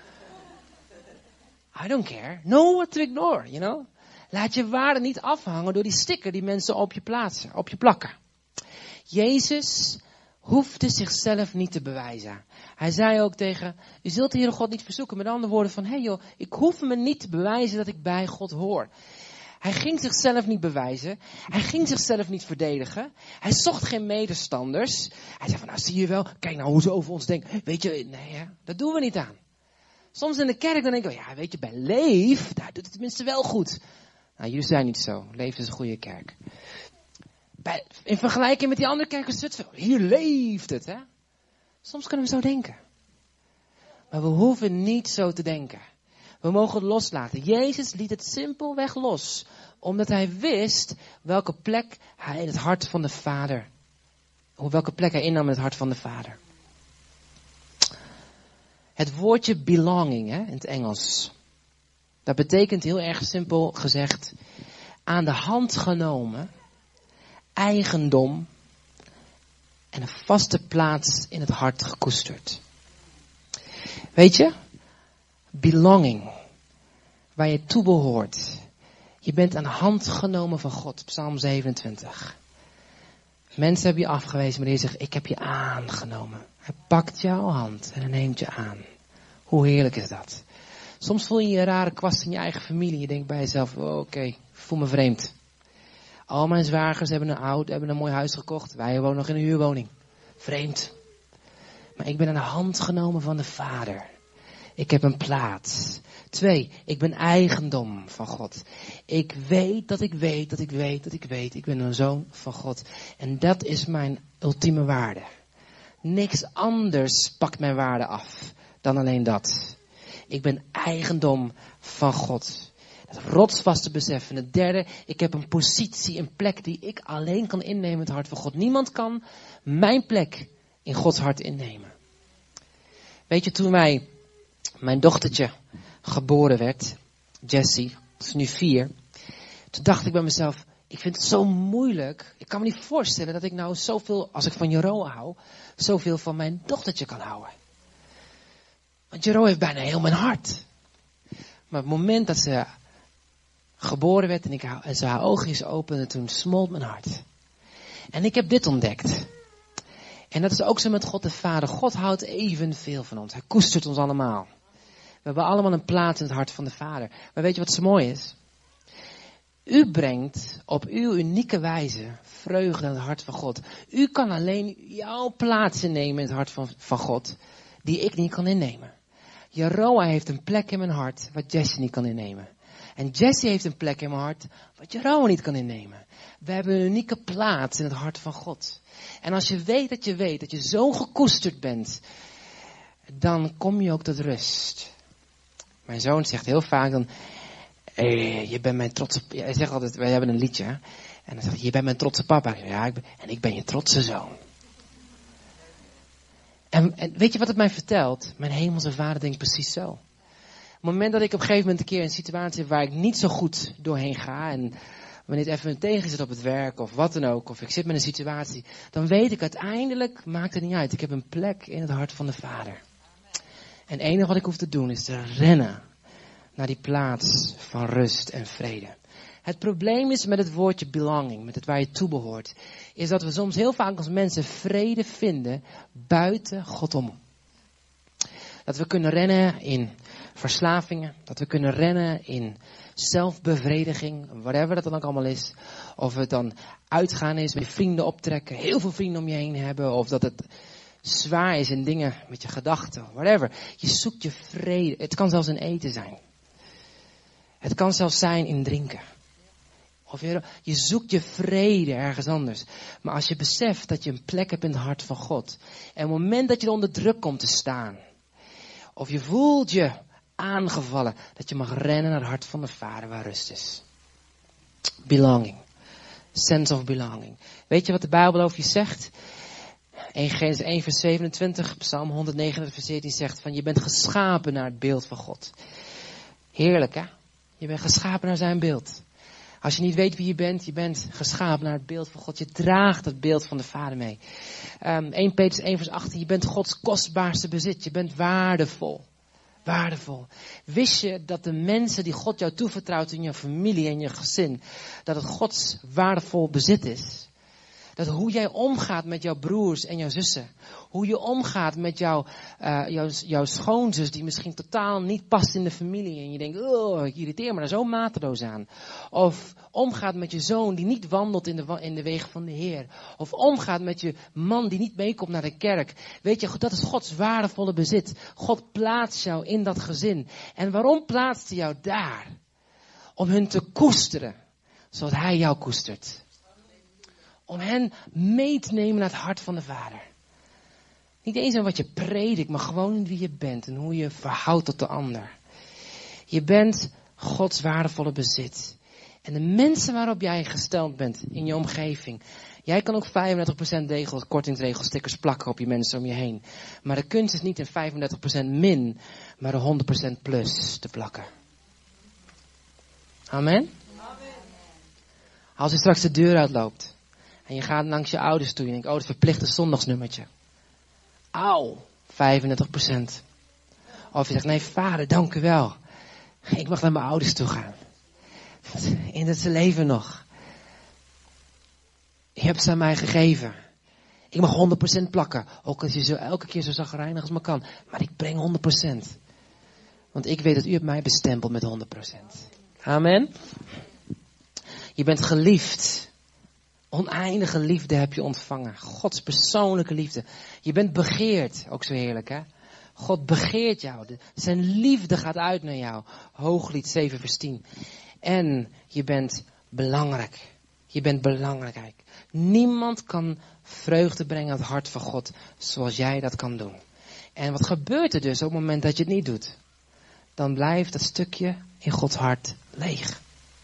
I don't care. Know what to ignore, you know. Laat je waarde niet afhangen door die sticker die mensen op je plaatsen, op je plakken. Jezus hoefde zichzelf niet te bewijzen. Hij zei ook tegen, u zult de Heere God niet verzoeken. Met andere woorden van, ik hoef me niet te bewijzen dat ik bij God hoor. Hij ging zichzelf niet bewijzen. Hij ging zichzelf niet verdedigen. Hij zocht geen medestanders. Hij zei van, zie je wel, kijk nou hoe ze over ons denken. Weet je, nee, dat doen we niet aan. Soms in de kerk dan denk ik, weet je, bij Leef, daar doet het tenminste wel goed. Nou, jullie zijn niet zo. Leef is een goede kerk. In vergelijking met die andere kerken Zutphen, hier leeft het, hè. Soms kunnen we zo denken. Maar we hoeven niet zo te denken. We mogen het loslaten. Jezus liet het simpelweg los. Omdat hij wist welke plek hij in het hart van de Vader. Welke plek hij innam in het hart van de Vader. Het woordje belonging in het Engels. Dat betekent heel erg simpel gezegd. Aan de hand genomen. Eigendom. En een vaste plaats in het hart gekoesterd. Weet je? Belonging. Waar je toe behoort. Je bent aan de hand genomen van God. Psalm 27. Mensen hebben je afgewezen, maar die zegt, ik heb je aangenomen. Hij pakt jouw hand en hij neemt je aan. Hoe heerlijk is dat? Soms voel je een rare kwast in je eigen familie. Je denkt bij jezelf, oké, ik voel me vreemd. Al mijn zwagers hebben een mooi huis gekocht. Wij wonen nog in een huurwoning. Vreemd. Maar ik ben aan de hand genomen van de Vader. Ik heb een plaats. 2, ik ben eigendom van God. Ik weet dat ik weet dat ik weet dat ik weet. Ik ben een zoon van God. En dat is mijn ultieme waarde. Niks anders pakt mijn waarde af dan alleen dat. Ik ben eigendom van God. Dat rotsvaste besef. En het derde, ik heb een positie, een plek die ik alleen kan innemen in het hart van God. Niemand kan mijn plek in Gods hart innemen. Weet je, toen mijn dochtertje geboren werd, Jessie, dat is nu 4. Toen dacht ik bij mezelf, ik vind het zo moeilijk. Ik kan me niet voorstellen dat ik nou zoveel, als ik van Jero hou, zoveel van mijn dochtertje kan houden. Want Jero heeft bijna heel mijn hart. Maar op het moment dat ze geboren werd en ze haar oogjes opende, toen smolt mijn hart. En ik heb dit ontdekt. En dat is ook zo met God de Vader. God houdt evenveel van ons. Hij koestert ons allemaal. We hebben allemaal een plaats in het hart van de Vader. Maar weet je wat zo mooi is? U brengt op uw unieke wijze vreugde in het hart van God. U kan alleen jouw plaats innemen in het hart van God, die ik niet kan innemen. Jeroa heeft een plek in mijn hart wat Jessie niet kan innemen. En Jessie heeft een plek in mijn hart wat Jeroa niet kan innemen. We hebben een unieke plaats in het hart van God. En als je weet dat je zo gekoesterd bent, dan kom je ook tot rust. Mijn zoon zegt heel vaak dan, je bent mijn trotse, hij zegt altijd, wij hebben een liedje, hè? En dan zegt hij, je bent mijn trotse papa. Ja, ik ben je trotse zoon. En weet je wat het mij vertelt? Mijn hemelse Vader denkt precies zo. Op het moment dat ik op een gegeven moment een keer een situatie heb waar ik niet zo goed doorheen ga, en wanneer het even tegen zit op het werk of wat dan ook, of ik zit met een situatie, dan weet ik uiteindelijk, maakt het niet uit. Ik heb een plek in het hart van de Vader. En het enige wat ik hoef te doen is te rennen naar die plaats van rust en vrede. Het probleem is met het woordje belonging, met het waar je toe behoort, is dat we soms heel vaak als mensen vrede vinden buiten God om. Dat we kunnen rennen in verslavingen, dat we kunnen rennen in zelfbevrediging, whatever dat dan ook allemaal is. Of het dan uitgaan is, met je vrienden optrekken, heel veel vrienden om je heen hebben, of dat het zwaar is in dingen met je gedachten, whatever. Je zoekt je vrede. Het kan zelfs in eten zijn. Het kan zelfs zijn in drinken. Of je zoekt je vrede ergens anders. Maar als je beseft dat je een plek hebt in het hart van God. En op het moment dat je onder druk komt te staan. Of je voelt je aangevallen. Dat je mag rennen naar het hart van de Vader waar rust is. Belonging. Sense of belonging. Weet je wat de Bijbel over je zegt? In Genesis 1 vers 27, Psalm 139 vers 14 zegt van je bent geschapen naar het beeld van God. Heerlijk hè? Je bent geschapen naar zijn beeld. Als je niet weet wie je bent geschapen naar het beeld van God. Je draagt het beeld van de Vader mee. 1 Petrus 1 vers 18, je bent Gods kostbaarste bezit. Je bent waardevol. Waardevol. Wist je dat de mensen die God jou toevertrouwt in je familie en je gezin, dat het Gods waardevol bezit is? Dat hoe jij omgaat met jouw broers en jouw zussen. Hoe je omgaat met jouw schoonzus die misschien totaal niet past in de familie. En je denkt, oh, ik irriteer me daar zo mateloos aan. Of omgaat met je zoon die niet wandelt in de wegen van de Heer. Of omgaat met je man die niet meekomt naar de kerk. Weet je, dat is Gods waardevolle bezit. God plaatst jou in dat gezin. En waarom plaatst hij jou daar? Om hun te koesteren. Zoals hij jou koestert. Om hen mee te nemen naar het hart van de Vader. Niet eens aan wat je predikt, maar gewoon in wie je bent en hoe je verhoudt tot de ander. Je bent Gods waardevolle bezit. En de mensen waarop jij gesteld bent in je omgeving. Jij kan ook 35% kortingsregels, stickers plakken op je mensen om je heen. Maar de kunst is niet in 35% min, maar de 100% plus te plakken. Amen? Als je straks de deur uitloopt. En je gaat langs je ouders toe en je denkt, oh, dat is verplichte zondagsnummertje. Auw, 35%. Of je zegt, nee vader, dank u wel. Ik mag naar mijn ouders toe gaan. In dat ze leven nog. Je hebt ze aan mij gegeven. Ik mag 100% plakken. Ook als je zo elke keer zo zagrijnig als maar kan. Maar ik breng 100%. Want ik weet dat u hebt mij bestempeld met 100%. Amen. Je bent geliefd. Oneindige liefde heb je ontvangen. Gods persoonlijke liefde. Je bent begeerd. Ook zo heerlijk hè. God begeert jou. Zijn liefde gaat uit naar jou. Hooglied 7 vers 10. En je bent belangrijk. Je bent belangrijk. Niemand kan vreugde brengen aan het hart van God zoals jij dat kan doen. En wat gebeurt er dus op het moment dat je het niet doet? Dan blijft dat stukje in Gods hart leeg.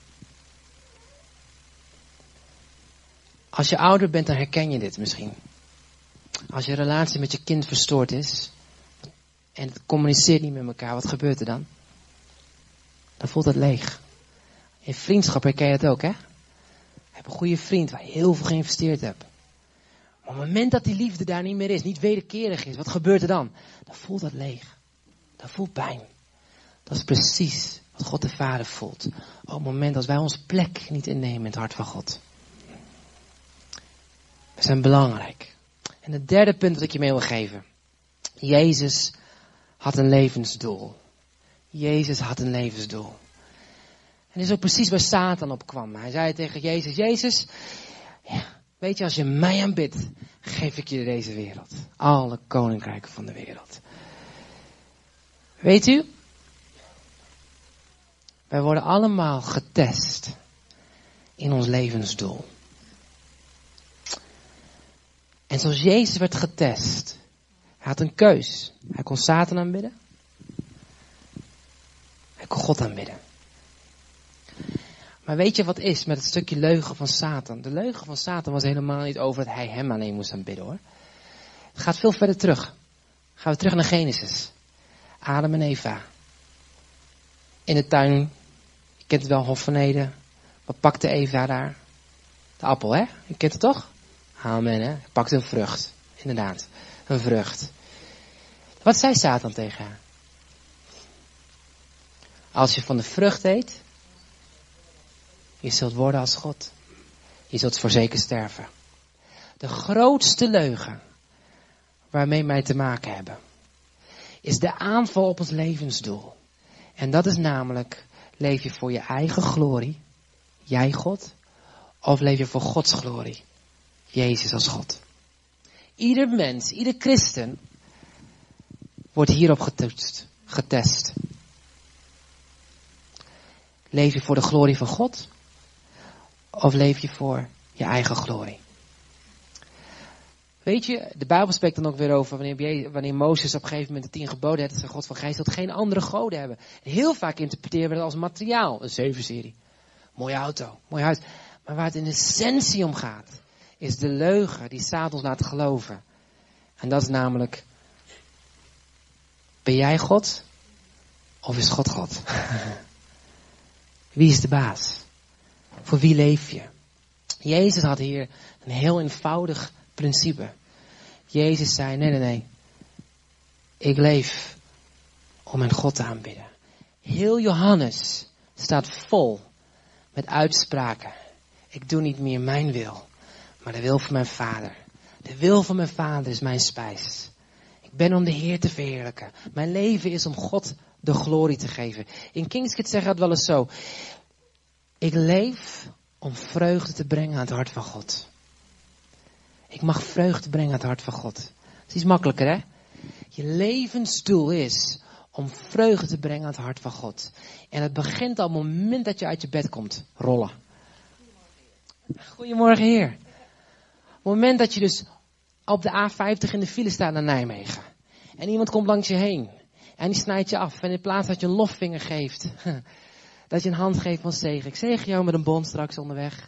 Als je ouder bent, dan herken je dit misschien. Als je relatie met je kind verstoord is. En het communiceert niet met elkaar. Wat gebeurt er dan? Dan voelt het leeg. In vriendschap herken je het ook, hè? Je hebt een goede vriend waar je heel veel geïnvesteerd hebt. Maar op het moment dat die liefde daar niet meer is, niet wederkerig is, wat gebeurt er dan? Dan voelt dat leeg. Dat voelt pijn. Dat is precies wat God de Vader voelt. Op het moment dat wij onze plek niet innemen in het hart van God. We zijn belangrijk. En het derde punt dat ik je mee wil geven. Jezus had een levensdoel. Jezus had een levensdoel. En dit is ook precies waar Satan op kwam. Hij zei tegen Jezus, Jezus, ja, weet je, als je mij aanbidt, geef ik je deze wereld. Alle koninkrijken van de wereld. Weet u, wij worden allemaal getest in ons levensdoel. En zoals Jezus werd getest, hij had een keus. Hij kon Satan aanbidden. Hij kon God aanbidden. Maar weet je wat is met het stukje leugen van Satan? De leugen van Satan was helemaal niet over dat hij hem alleen moest aanbidden hoor. Het gaat veel verder terug. Gaan we terug naar Genesis. Adam en Eva. In de tuin. Je kent het wel, Hof van Eden. Wat pakte Eva daar? De appel hè? Je kent het toch? Amen hè. Pakte een vrucht. Inderdaad. Een vrucht. Wat zei Satan tegen haar? Als je van de vrucht eet. Je zult worden als God. Je zult voorzeker sterven. De grootste leugen waarmee wij te maken hebben, is de aanval op ons levensdoel. En dat is namelijk, leef je voor je eigen glorie, jij God, of leef je voor Gods glorie, Jezus als God. Ieder mens, ieder christen wordt hierop getest. Leef je voor de glorie van God, of leef je voor je eigen glorie? Weet je, de Bijbel spreekt dan ook weer over wanneer Mozes op een gegeven moment de 10 geboden had, zei God van, gij zult geen andere goden hebben. Heel vaak interpreteren we dat als materiaal, een 7-serie. Mooie auto, mooi huis. Maar waar het in essentie om gaat, is de leugen die Satan ons laat geloven. En dat is namelijk, ben jij God? Of is God God? Wie is de baas? Voor wie leef je? Jezus had hier een heel eenvoudig principe. Jezus zei, nee. Ik leef om mijn God te aanbidden. Heel Johannes staat vol met uitspraken. Ik doe niet meer mijn wil, maar de wil van mijn Vader. De wil van mijn Vader is mijn spijs. Ik ben om de Heer te verheerlijken. Mijn leven is om God de glorie te geven. In King's Kids zeggen we het wel eens zo. Ik leef om vreugde te brengen aan het hart van God. Ik mag vreugde brengen aan het hart van God. Dat is iets makkelijker, hè? Je levensdoel is om vreugde te brengen aan het hart van God. En het begint al op het moment dat je uit je bed komt rollen. Goedemorgen, Heer. Op het moment dat je dus op de A50 in de file staat naar Nijmegen. En iemand komt langs je heen. En die snijdt je af. En in plaats dat je een lofvinger geeft. Dat je een hand geeft van zegen. Ik zegen jou met een bon straks onderweg.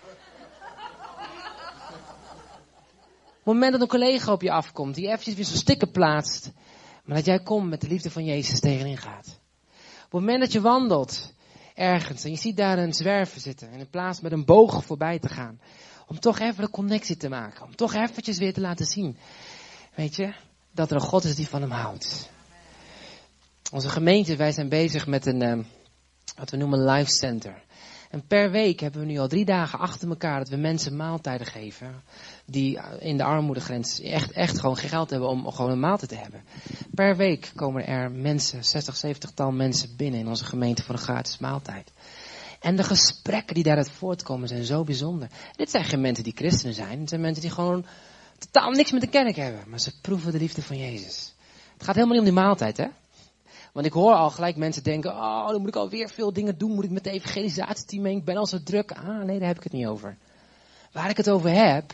Op het moment dat een collega op je afkomt. Die eventjes weer zo'n sticker plaatst. Maar dat jij komt met de liefde van Jezus tegenin gaat. Op het moment dat je wandelt ergens. En je ziet daar een zwerver zitten. En in plaats met een boog voorbij te gaan. Om toch even de connectie te maken. Om toch eventjes weer te laten zien. Weet je. Dat er een God is die van hem houdt. Onze gemeente, wij zijn bezig met een, wat we noemen life center. En per week hebben we nu al 3 dagen achter elkaar dat we mensen maaltijden geven. Die in de armoedegrens echt gewoon geen geld hebben om gewoon een maaltijd te hebben. Per week komen er mensen, 60, 70-tal mensen binnen in onze gemeente voor een gratis maaltijd. En de gesprekken die daaruit voortkomen zijn zo bijzonder. Dit zijn geen mensen die christenen zijn. Het zijn mensen die gewoon totaal niks met de kerk hebben. Maar ze proeven de liefde van Jezus. Het gaat helemaal niet om die maaltijd, hè. Want ik hoor al gelijk mensen denken, oh, dan moet ik alweer veel dingen doen. Moet ik met de evangelisatieteam mee? Ik ben al zo druk. Ah, nee, daar heb ik het niet over. Waar ik het over heb,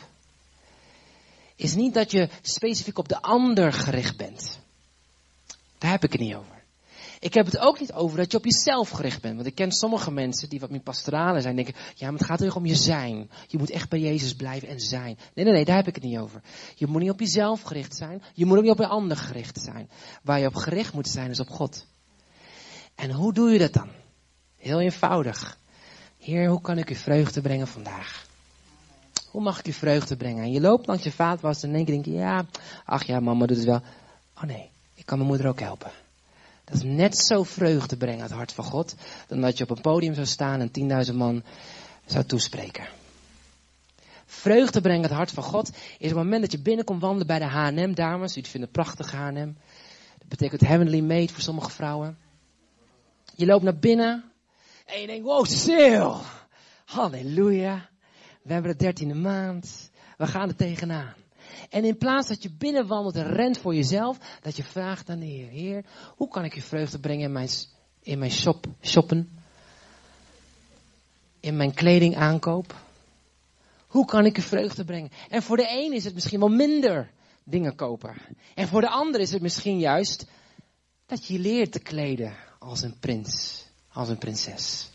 is niet dat je specifiek op de ander gericht bent. Daar heb ik het niet over. Ik heb het ook niet over dat je op jezelf gericht bent. Want ik ken sommige mensen die wat meer pastoralen zijn. Denken, ja, maar het gaat er om je zijn. Je moet echt bij Jezus blijven en zijn. Nee, daar heb ik het niet over. Je moet niet op jezelf gericht zijn. Je moet ook niet op een ander gericht zijn. Waar je op gericht moet zijn is op God. En hoe doe je dat dan? Heel eenvoudig. Heer, hoe kan ik u vreugde brengen vandaag? Hoe mag ik u vreugde brengen? En je loopt langs je vaatwas en in één keer denk je, ja, ach ja, mama doet het wel. Oh nee, ik kan mijn moeder ook helpen. Dat is net zo vreugde brengen aan het hart van God, dan dat je op een podium zou staan en 10.000 man zou toespreken. Vreugde brengen aan het hart van God is op het moment dat je binnenkomt wandelen bij de H&M dames. Jullie vinden prachtig H&M. Dat betekent heavenly made voor sommige vrouwen. Je loopt naar binnen en je denkt, wow, sale. Halleluja. We hebben de 13e maand. We gaan er tegenaan. En in plaats dat je binnenwandelt en rent voor jezelf, dat je vraagt aan de Heer, Heer, hoe kan ik je vreugde brengen in mijn shoppen? In mijn kleding aankoop? Hoe kan ik je vreugde brengen? En voor de een is het misschien wel minder dingen kopen. En voor de ander is het misschien juist dat je leert te kleden als een prins, als een prinses.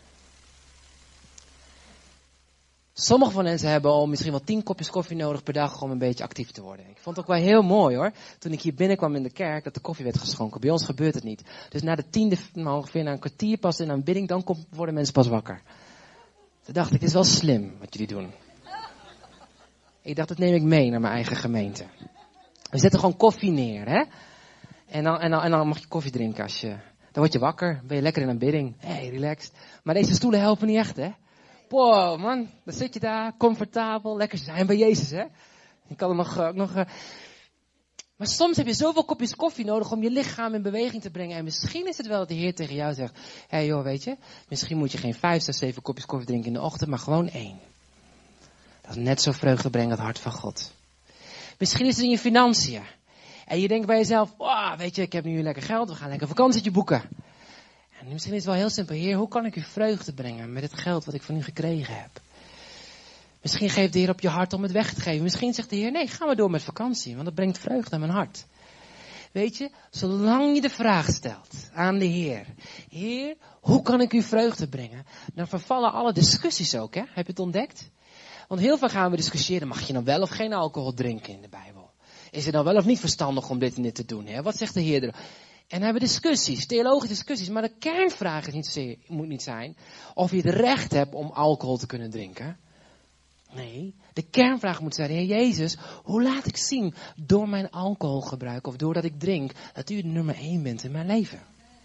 Sommige van hen hebben al misschien wel 10 kopjes koffie nodig per dag om een beetje actief te worden. Ik vond het ook wel heel mooi hoor. Toen ik hier binnenkwam in de kerk, dat de koffie werd geschonken. Bij ons gebeurt het niet. Dus na de 10e, ongeveer na een kwartier pas in aanbidding, dan worden mensen pas wakker. Toen dacht ik, het is wel slim wat jullie doen. Ik dacht, dat neem ik mee naar mijn eigen gemeente. We zetten gewoon koffie neer, hè. En dan mag je koffie drinken dan word je wakker, ben je lekker in aanbidding. Hey, relaxed. Maar deze stoelen helpen niet echt, hè. Wow, man, dan zit je daar, comfortabel, lekker zijn bij Jezus, hè. Je kan er nog. Maar soms heb je zoveel kopjes koffie nodig om je lichaam in beweging te brengen. En misschien is het wel dat de Heer tegen jou zegt, hé joh, weet je, misschien moet je geen 5, 6, 7 kopjes koffie drinken in de ochtend, maar gewoon 1. Dat is net zo vreugde brengen het hart van God. Misschien is het in je financiën. En je denkt bij jezelf, oh, weet je, ik heb nu lekker geld, we gaan lekker vakantietje boeken. En misschien is het wel heel simpel, Heer, hoe kan ik u vreugde brengen met het geld wat ik van u gekregen heb? Misschien geeft de Heer op je hart om het weg te geven. Misschien zegt de Heer, nee, ga maar door met vakantie, want dat brengt vreugde aan mijn hart. Weet je, zolang je de vraag stelt aan de Heer, Heer, hoe kan ik u vreugde brengen? Dan vervallen alle discussies ook, hè? Heb je het ontdekt? Want heel vaak gaan we discussiëren, mag je nou wel of geen alcohol drinken in de Bijbel? Is het nou wel of niet verstandig om dit en dit te doen? Hè? Wat zegt de Heer er? En hebben discussies, theologische discussies. Maar de kernvraag moet niet zijn of je het recht hebt om alcohol te kunnen drinken. Nee, de kernvraag moet zijn, Heer Jezus, hoe laat ik zien door mijn alcoholgebruik of doordat ik drink, dat u de nummer 1 bent in mijn leven?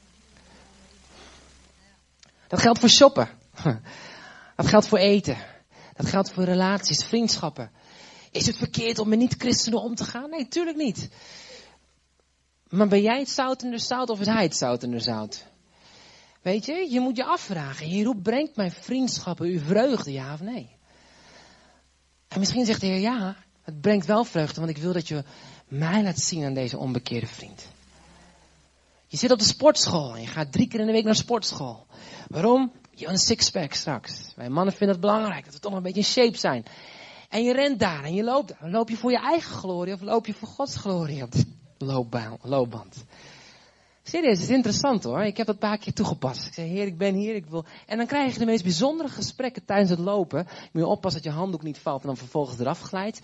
Dat geldt voor shoppen. Dat geldt voor eten. Dat geldt voor relaties, vriendschappen. Is het verkeerd om met niet-christenen om te gaan? Nee, tuurlijk niet. Maar ben jij het zout in de zout of is hij het zout in de zout? Weet je, je moet je afvragen, Heer, hoe brengt mijn vriendschappen u vreugde, ja of nee? En misschien zegt de Heer, ja, het brengt wel vreugde, want ik wil dat je mij laat zien aan deze onbekeerde vriend. Je zit op de sportschool en je gaat 3 keer in de week naar sportschool. Waarom? Je hebt een sixpack straks. Wij mannen vinden het belangrijk dat we toch nog een beetje in shape zijn. En je rent daar en je loopt daar. Loop je voor je eigen glorie of loop je voor Gods glorie op de loopband? Serieus, het is interessant hoor. Ik heb dat een paar keer toegepast. Ik zei, Heer, ik ben hier, ik wil... En dan krijg je de meest bijzondere gesprekken tijdens het lopen. Moet je oppassen dat je handdoek niet valt en dan vervolgens eraf glijdt.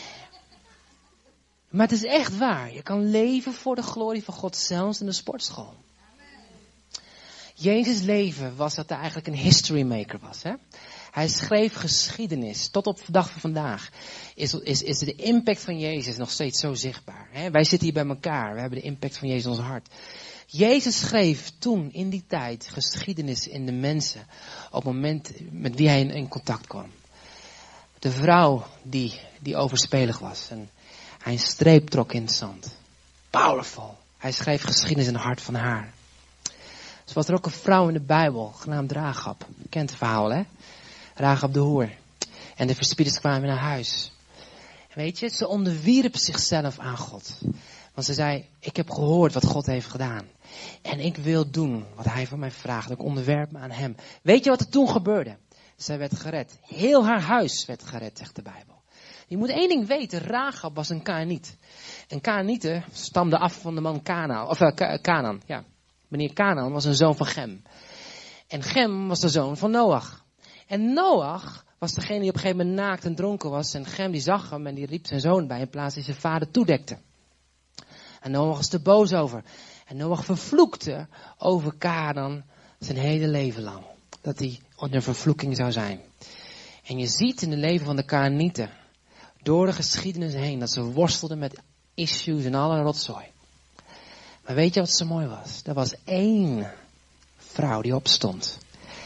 Maar het is echt waar. Je kan leven voor de glorie van God, zelfs in de sportschool. Jezus' leven was dat hij eigenlijk een history maker was. Hè? Hij schreef geschiedenis. Tot op de dag van vandaag is de impact van Jezus nog steeds zo zichtbaar. Hè? Wij zitten hier bij elkaar. We hebben de impact van Jezus in ons hart. Jezus schreef toen in die tijd geschiedenis in de mensen. Op het moment met wie hij in contact kwam. De vrouw die overspelig was. En hij een streep trok in het zand. Powerful. Hij schreef geschiedenis in het hart van haar. Zo was er ook een vrouw in de Bijbel, genaamd Rahab. Je kent het verhaal, hè? Rahab de hoer. En de verspieders kwamen naar huis. En weet je, ze onderwierp zichzelf aan God. Want ze zei, ik heb gehoord wat God heeft gedaan. En ik wil doen wat hij van mij vraagt. Ik onderwerp me aan hem. Weet je wat er toen gebeurde? Zij werd gered. Heel haar huis werd gered, zegt de Bijbel. Je moet één ding weten, Rahab was een Kaaniet. En Kaanieten stamden af van de man Canaan. Ja. Meneer Canaan was een zoon van Chem. En Chem was de zoon van Noach. En Noach was degene die op een gegeven moment naakt en dronken was. En Chem die zag hem en die riep zijn zoon bij in plaats dat hij zijn vader toedekte. En Noach was er boos over. En Noach vervloekte over Canaan zijn hele leven lang. Dat hij onder vervloeking zou zijn. En je ziet in het leven van de Kanaanieten, door de geschiedenis heen, dat ze worstelden met issues en alle rotzooi. Maar weet je wat zo mooi was? Er was één vrouw die opstond.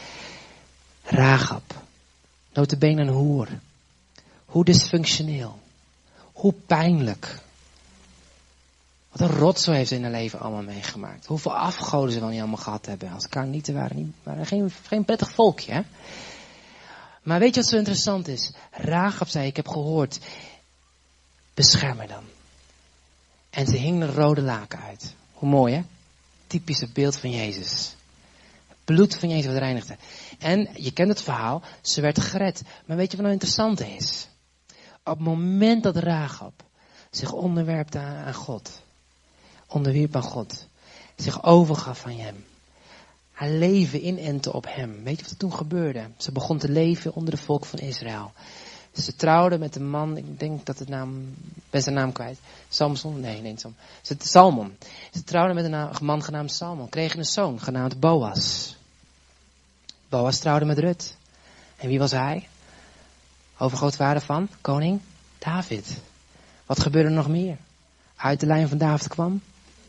Rahab. Nota bene een hoer. Hoe dysfunctioneel. Hoe pijnlijk. Wat een rotzooi heeft ze in haar leven allemaal meegemaakt. Hoeveel afgoden ze wel niet allemaal gehad hebben. Als Kanaanieten waren geen prettig volkje. Hè? Maar weet je wat zo interessant is? Rahab zei, ik heb gehoord, bescherm mij dan. En ze hing een rode laken uit. Hoe mooi hè? Typische beeld van Jezus. Het bloed van Jezus wat reinigde. En je kent het verhaal, ze werd gered. Maar weet je wat nou interessant is? Op het moment dat Rahab zich onderwerpte aan God. Onderwierp aan God. Zich overgaf aan hem. Haar leven inente op hem. Weet je wat er toen gebeurde? Ze begon te leven onder de volk van Israël. Ze trouwde met een man, ik denk dat het naam, ik ben zijn naam kwijt. Samson? Nee, Salmon. Ze trouwde met een man genaamd Salmon. Kregen een zoon genaamd Boas. Boas trouwde met Rut. En wie was hij? Overgrootvader van koning David. Wat gebeurde er nog meer? Uit de lijn van David kwam.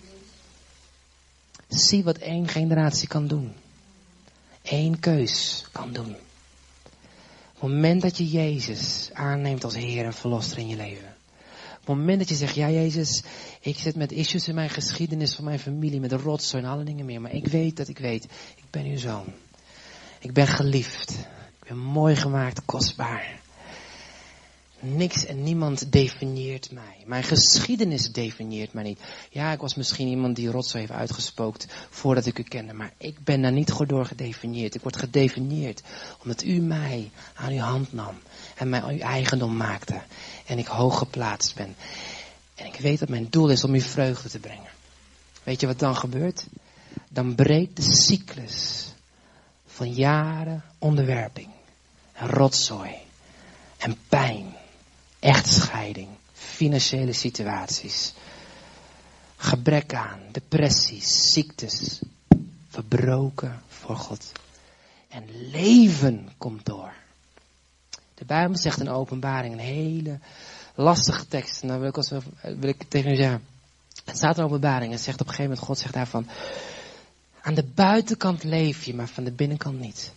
Zie wat 1 generatie kan doen. 1 keus kan doen. Op het moment dat je Jezus aanneemt als Heer en Verlosser in je leven. Op het moment dat je zegt, ja Jezus, ik zit met issues in mijn geschiedenis van mijn familie, met de rotzooi en alle dingen meer. Maar ik weet, ik ben uw zoon. Ik ben geliefd. Ik ben mooi gemaakt, kostbaar. Niks en niemand definieert mij. Mijn geschiedenis definieert mij niet. Ja, ik was misschien iemand die rotzooi heeft uitgespookt voordat ik u kende. Maar ik ben daar niet door gedefinieerd. Ik word gedefinieerd omdat u mij aan uw hand nam. En mij uw eigendom maakte. En ik hoog geplaatst ben. En ik weet dat mijn doel is om u vreugde te brengen. Weet je wat dan gebeurt? Dan breekt de cyclus van jaren onderwerping. En rotzooi. En pijn. Echtscheiding, financiële situaties, gebrek aan, depressies, ziektes, verbroken voor God. En leven komt door. De Bijbel zegt in Openbaring een hele lastige tekst. En dan wil ik tegen u zeggen. Het staat in Openbaring en zegt op een gegeven moment, God zegt daarvan, aan de buitenkant leef je, maar van de binnenkant niet.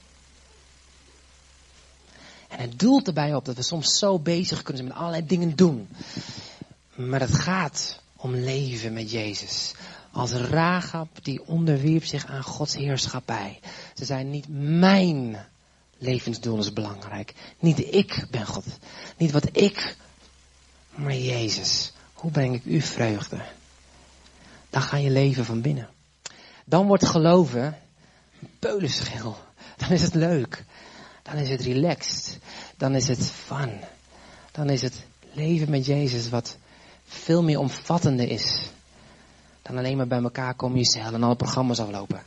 En het doelt erbij op dat we soms zo bezig kunnen zijn met allerlei dingen doen. Maar het gaat om leven met Jezus. Als Rahab die onderwierp zich aan Gods heerschappij. Ze zei niet mijn levensdoel is belangrijk. Niet ik ben God. Niet wat ik, maar Jezus. Hoe breng ik u vreugde? Dan ga je leven van binnen. Dan wordt geloven een peulenschil. Dan is het leuk. Dan is het relaxed. Dan is het fun. Dan is het leven met Jezus wat veel meer omvattender is. Dan alleen maar bij elkaar komen, je cel en alle programma's aflopen.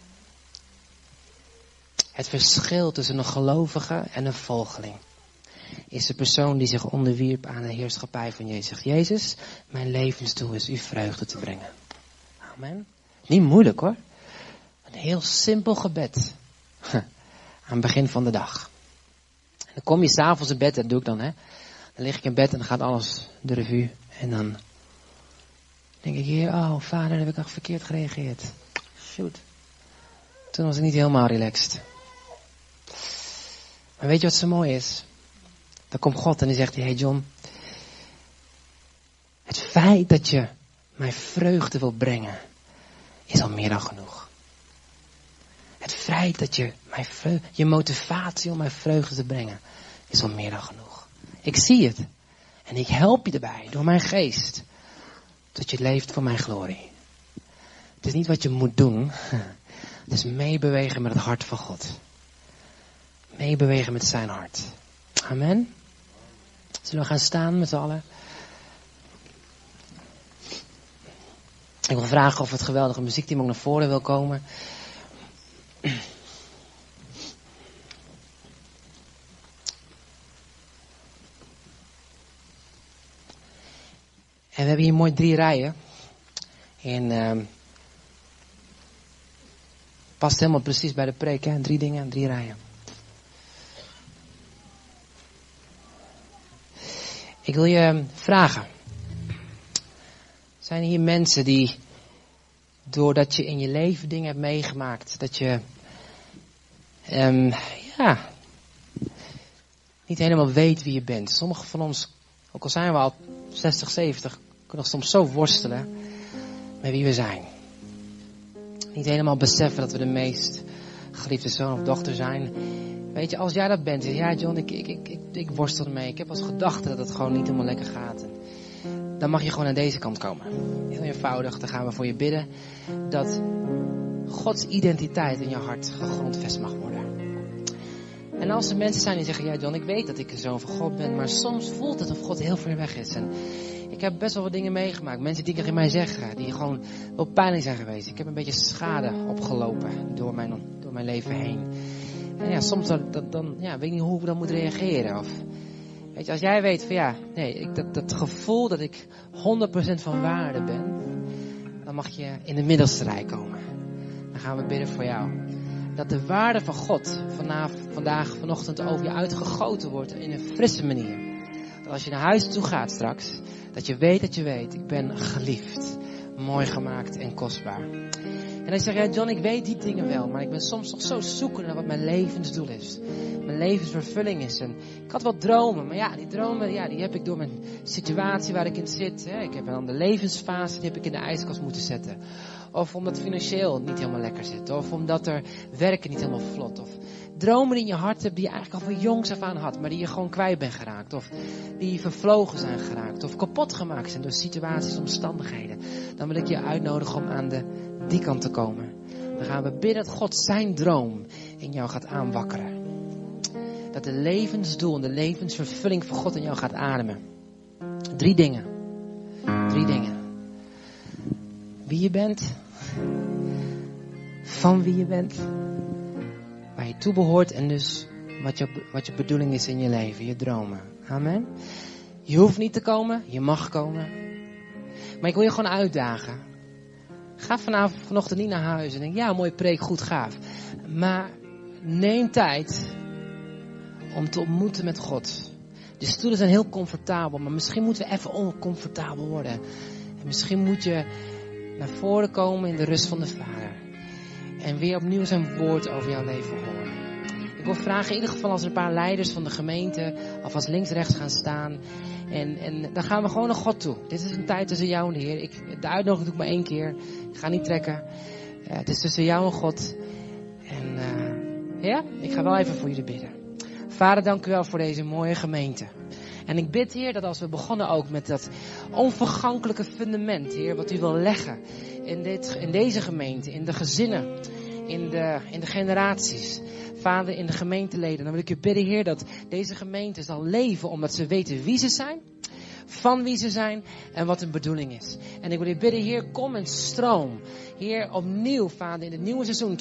Het verschil tussen een gelovige en een volgeling is de persoon die zich onderwierp aan de heerschappij van Jezus. Zegt, Jezus, mijn levensdoel is u vreugde te brengen. Amen. Niet moeilijk hoor. Een heel simpel gebed. Aan het begin van de dag. En dan kom je s'avonds in bed, dat doe ik dan hè. Dan lig ik in bed en dan gaat alles de revue. En dan denk ik hier, oh vader, heb ik nog verkeerd gereageerd. Shoot. Toen was ik niet helemaal relaxed. Maar weet je wat zo mooi is? Dan komt God en die zegt, hey John. Het feit dat je mij vreugde wil brengen, is al meer dan genoeg. Het feit dat je motivatie om mij vreugde te brengen, is al meer dan genoeg. Ik zie het. En ik help je erbij, door mijn geest. Dat je leeft voor mijn glorie. Het is niet wat je moet doen. Het is meebewegen met het hart van God. Meebewegen met zijn hart. Amen. Zullen we gaan staan met z'n allen? Ik wil vragen of het geweldige muziekteam ook naar voren wil komen. En we hebben hier mooi 3 rijen. En past helemaal precies bij de preek, hè? 3 dingen en 3 rijen. Ik wil je vragen. Zijn hier mensen die, doordat je in je leven dingen hebt meegemaakt, dat je niet helemaal weet wie je bent. Sommigen van ons, ook al zijn we al 60, 70, kunnen nog soms zo worstelen met wie we zijn. Niet helemaal beseffen dat we de meest geliefde zoon of dochter zijn. Weet je, als jij dat bent, ja John, ik worstel ermee. Ik heb als gedachte dat het gewoon niet helemaal lekker gaat. Dan mag je gewoon aan deze kant komen. Heel eenvoudig, dan gaan we voor je bidden. Dat Gods identiteit in je hart gegrondvest mag worden. En als er mensen zijn die zeggen, ja John, ik weet dat ik een zoon van God ben. Maar soms voelt het of God heel ver weg is. En ik heb best wel wat dingen meegemaakt. Mensen die tegen mij zeggen, die gewoon wel pijnlijk zijn geweest. Ik heb een beetje schade opgelopen door mijn leven heen. En ja, soms dan weet ik niet hoe ik dan moet reageren. Of, weet je, als jij weet van ja, nee, dat gevoel dat ik 100% van waarde ben, dan mag je in de middelste rij komen. Dan gaan we bidden voor jou. Dat de waarde van God vanochtend over je uitgegoten wordt in een frisse manier. Dat als je naar huis toe gaat straks, dat je weet, ik ben geliefd, mooi gemaakt en kostbaar. En hij zegt, ja John, ik weet die dingen wel, maar ik ben soms nog zo zoekende naar wat mijn levensdoel is. Mijn levensvervulling is. En ik had wel dromen, maar ja, die dromen, ja, die heb ik door mijn situatie waar ik in zit. Hè. Ik heb een andere levensfase, die heb ik in de ijskast moeten zetten. Of omdat financieel niet helemaal lekker zit. Of omdat er werken niet helemaal vlot. Of dromen in je hart hebt die je eigenlijk al van jongs af aan had, maar die je gewoon kwijt bent geraakt. Of die vervlogen zijn geraakt. Of kapot gemaakt zijn door situaties, omstandigheden. Dan wil ik je uitnodigen om aan die kant te komen. Dan gaan we bidden dat God zijn droom in jou gaat aanwakkeren. Dat de levensdoel en de levensvervulling van God in jou gaat ademen. 3 dingen. 3 dingen. Wie je bent. Van wie je bent. Waar je toe behoort en dus wat je bedoeling is in je leven. Je dromen. Amen. Je hoeft niet te komen. Je mag komen. Maar ik wil je gewoon uitdagen. Ga vanochtend niet naar huis en denk, ja, mooie preek, goed, gaaf. Maar neem tijd om te ontmoeten met God. De stoelen zijn heel comfortabel, maar misschien moeten we even oncomfortabel worden. En misschien moet je naar voren komen in de rust van de Vader. En weer opnieuw zijn woord over jouw leven horen. Ik wil vragen, in ieder geval als er een paar leiders van de gemeente alvast links-rechts gaan staan. En dan gaan we gewoon naar God toe. Dit is een tijd tussen jou en de Heer. De uitnodiging doe ik maar 1 keer. Ik ga niet trekken. Het is tussen jou en God. En ja, ik ga wel even voor jullie bidden. Vader, dank u wel voor deze mooie gemeente. En ik bid, Heer, dat als we begonnen ook met dat onvergankelijke fundament, Heer, wat u wil leggen in deze gemeente, in de gezinnen, in de generaties. Vader, in de gemeenteleden. Dan wil ik u bidden, Heer, dat deze gemeente zal leven omdat ze weten wie ze zijn, van wie ze zijn en wat hun bedoeling is. En ik wil u bidden, Heer, kom en stroom. Heer, opnieuw, Vader, in het nieuwe seizoen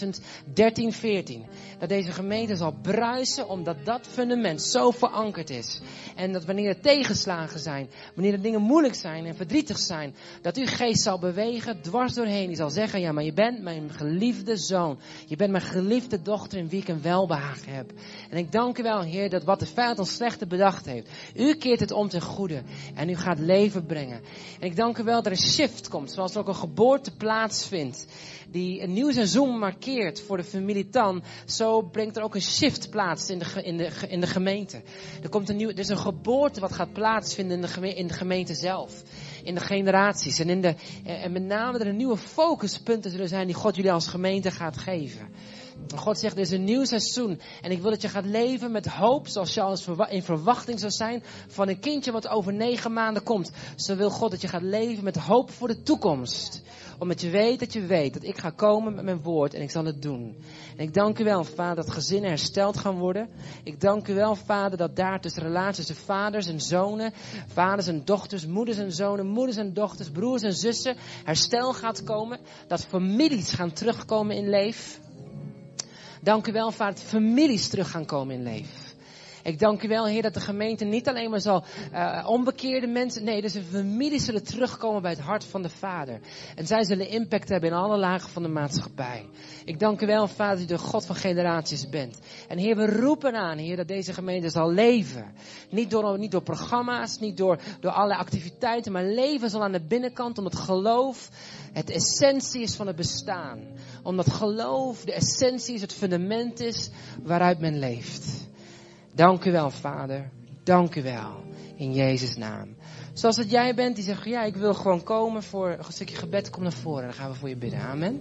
2013-14. Dat deze gemeente zal bruisen omdat dat fundament zo verankerd is. En dat wanneer er tegenslagen zijn, wanneer er dingen moeilijk zijn en verdrietig zijn, dat uw geest zal bewegen dwars doorheen. Die zal zeggen, ja, maar je bent mijn geliefde zoon. Je bent mijn geliefde dochter in wie ik een welbehagen heb. En ik dank u wel, Heer, dat wat de vijand ons slechte bedacht heeft, u keert het om ten goede. En u gaat leven brengen. En ik dank u wel dat er een shift komt, zoals er ook een geboorte plaatsvindt, die een nieuw seizoen markeert voor de familie Tan. Zo brengt er ook een shift plaats in de gemeente. Er is een geboorte wat gaat plaatsvinden in de gemeente zelf. In de generaties. En met name er nieuwe focuspunten zullen zijn die God jullie als gemeente gaat geven. En God zegt, er is een nieuw seizoen. En ik wil dat je gaat leven met hoop, zoals je al in verwachting zou zijn van een kindje wat over 9 maanden komt. Zo wil God dat je gaat leven met hoop voor de toekomst. Omdat je weet dat ik ga komen met mijn woord en ik zal het doen. En ik dank u wel, Vader, dat gezinnen hersteld gaan worden. Ik dank u wel, Vader, dat daar tussen relaties tussen vaders en zonen, vaders en dochters, moeders en zonen, moeders en dochters, broers en zussen, herstel gaat komen. Dat families gaan terugkomen in leven. Dank u wel, Vader, dat families terug gaan komen in leven. Ik dank u wel, Heer, dat de gemeente niet alleen maar zal onbekeerde mensen, nee, dus de families zullen terugkomen bij het hart van de Vader. En zij zullen impact hebben in alle lagen van de maatschappij. Ik dank u wel, Vader, dat u de God van generaties bent. En Heer, we roepen aan, Heer, dat deze gemeente zal leven. Niet door programma's, niet door allerlei activiteiten, maar leven zal aan de binnenkant, omdat geloof het essentie is van het bestaan. Omdat geloof de essentie is, het fundament is waaruit men leeft. Dank u wel, Vader. Dank u wel. In Jezus' naam. Zoals het jij bent die zegt, ja, ik wil gewoon komen voor een stukje gebed, kom naar voren. Dan gaan we voor je bidden. Amen.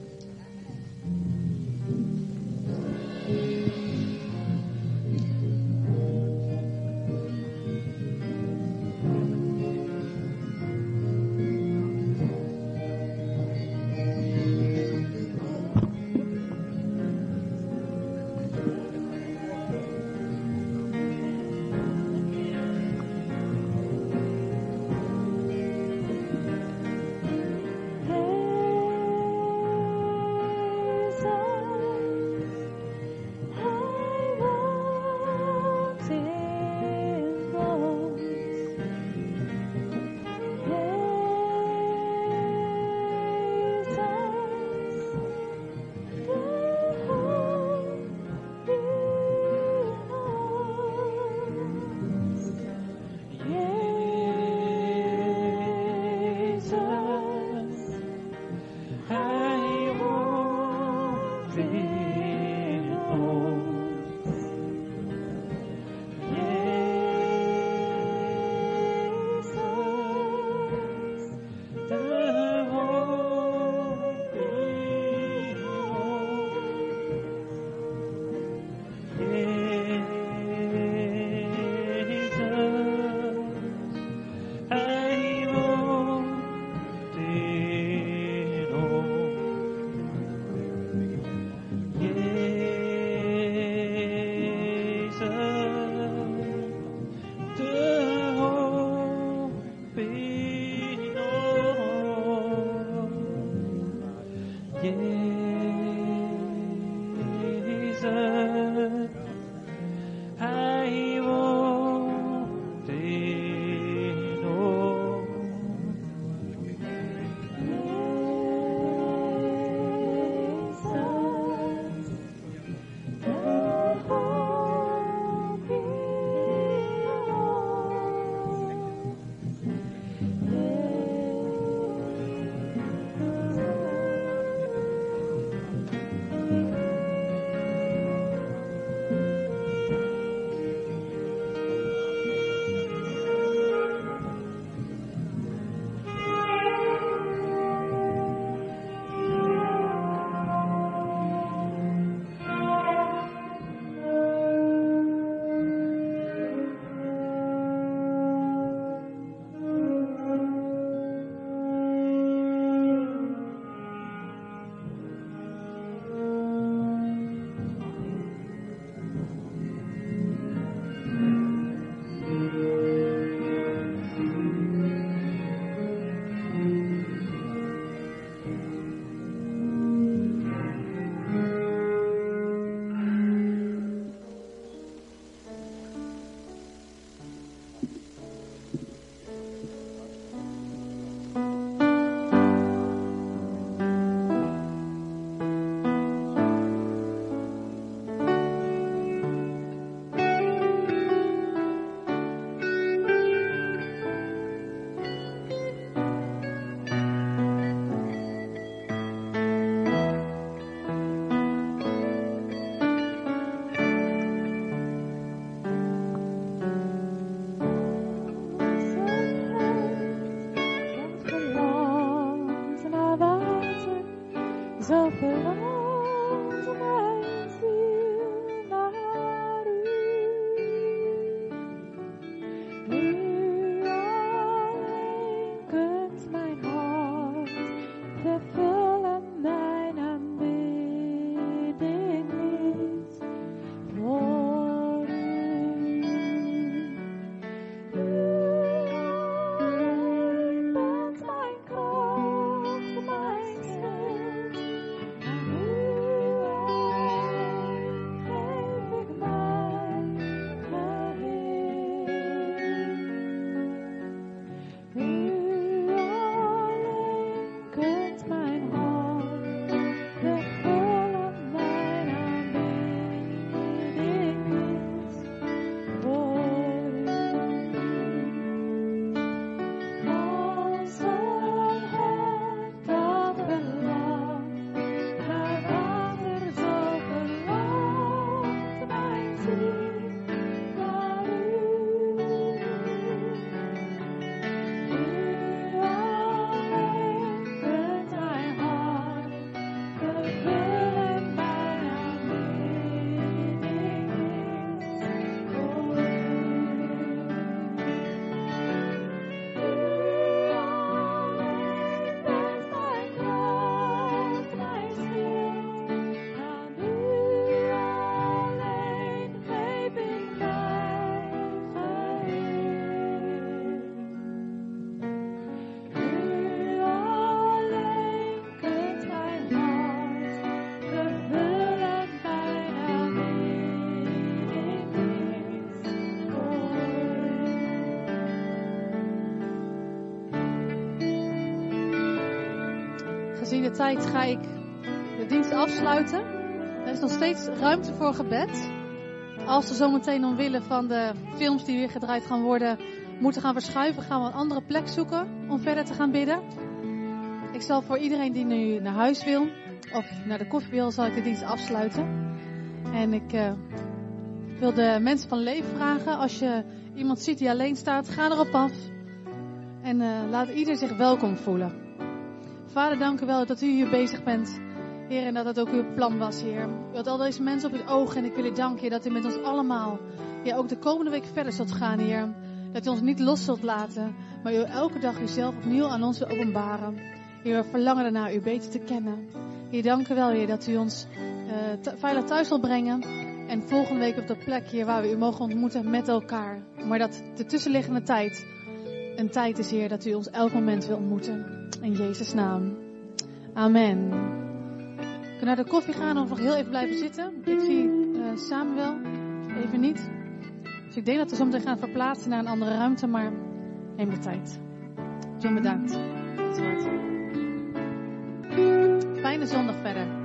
gezien de tijd ga ik de dienst afsluiten. Er is nog steeds ruimte voor gebed. Als we zometeen omwille van de films die weer gedraaid gaan worden moeten gaan verschuiven, gaan we een andere plek zoeken om verder te gaan bidden. Ik zal voor iedereen die nu naar huis wil of naar de koffie wil, zal ik de dienst afsluiten. En ik wil de mensen van Leven vragen, als je iemand ziet die alleen staat, ga erop af. En laat ieder zich welkom voelen. Vader, dank u wel dat u hier bezig bent. Heer, en dat het ook uw plan was, Heer. U had al deze mensen op het oog en ik wil u danken, Heer, dat u met ons allemaal, Heer, ook de komende week verder zult gaan, Heer. Dat u ons niet los zult laten, maar u elke dag uzelf opnieuw aan ons wil openbaren. Heer, we verlangen ernaar u beter te kennen. Heer, dank u wel, Heer, dat u ons veilig thuis wil brengen. En volgende week op de plek, Heer, waar we u mogen ontmoeten met elkaar. Maar dat de tussenliggende tijd een tijd is, Heer, dat u ons elk moment wil ontmoeten. In Jezus' naam. Amen. We kunnen naar de koffie gaan of nog heel even blijven zitten. Ik zie Samuel even niet. Dus ik denk dat we zo meteen gaan verplaatsen naar een andere ruimte, maar neem de tijd. John, bedankt. Fijne zondag verder.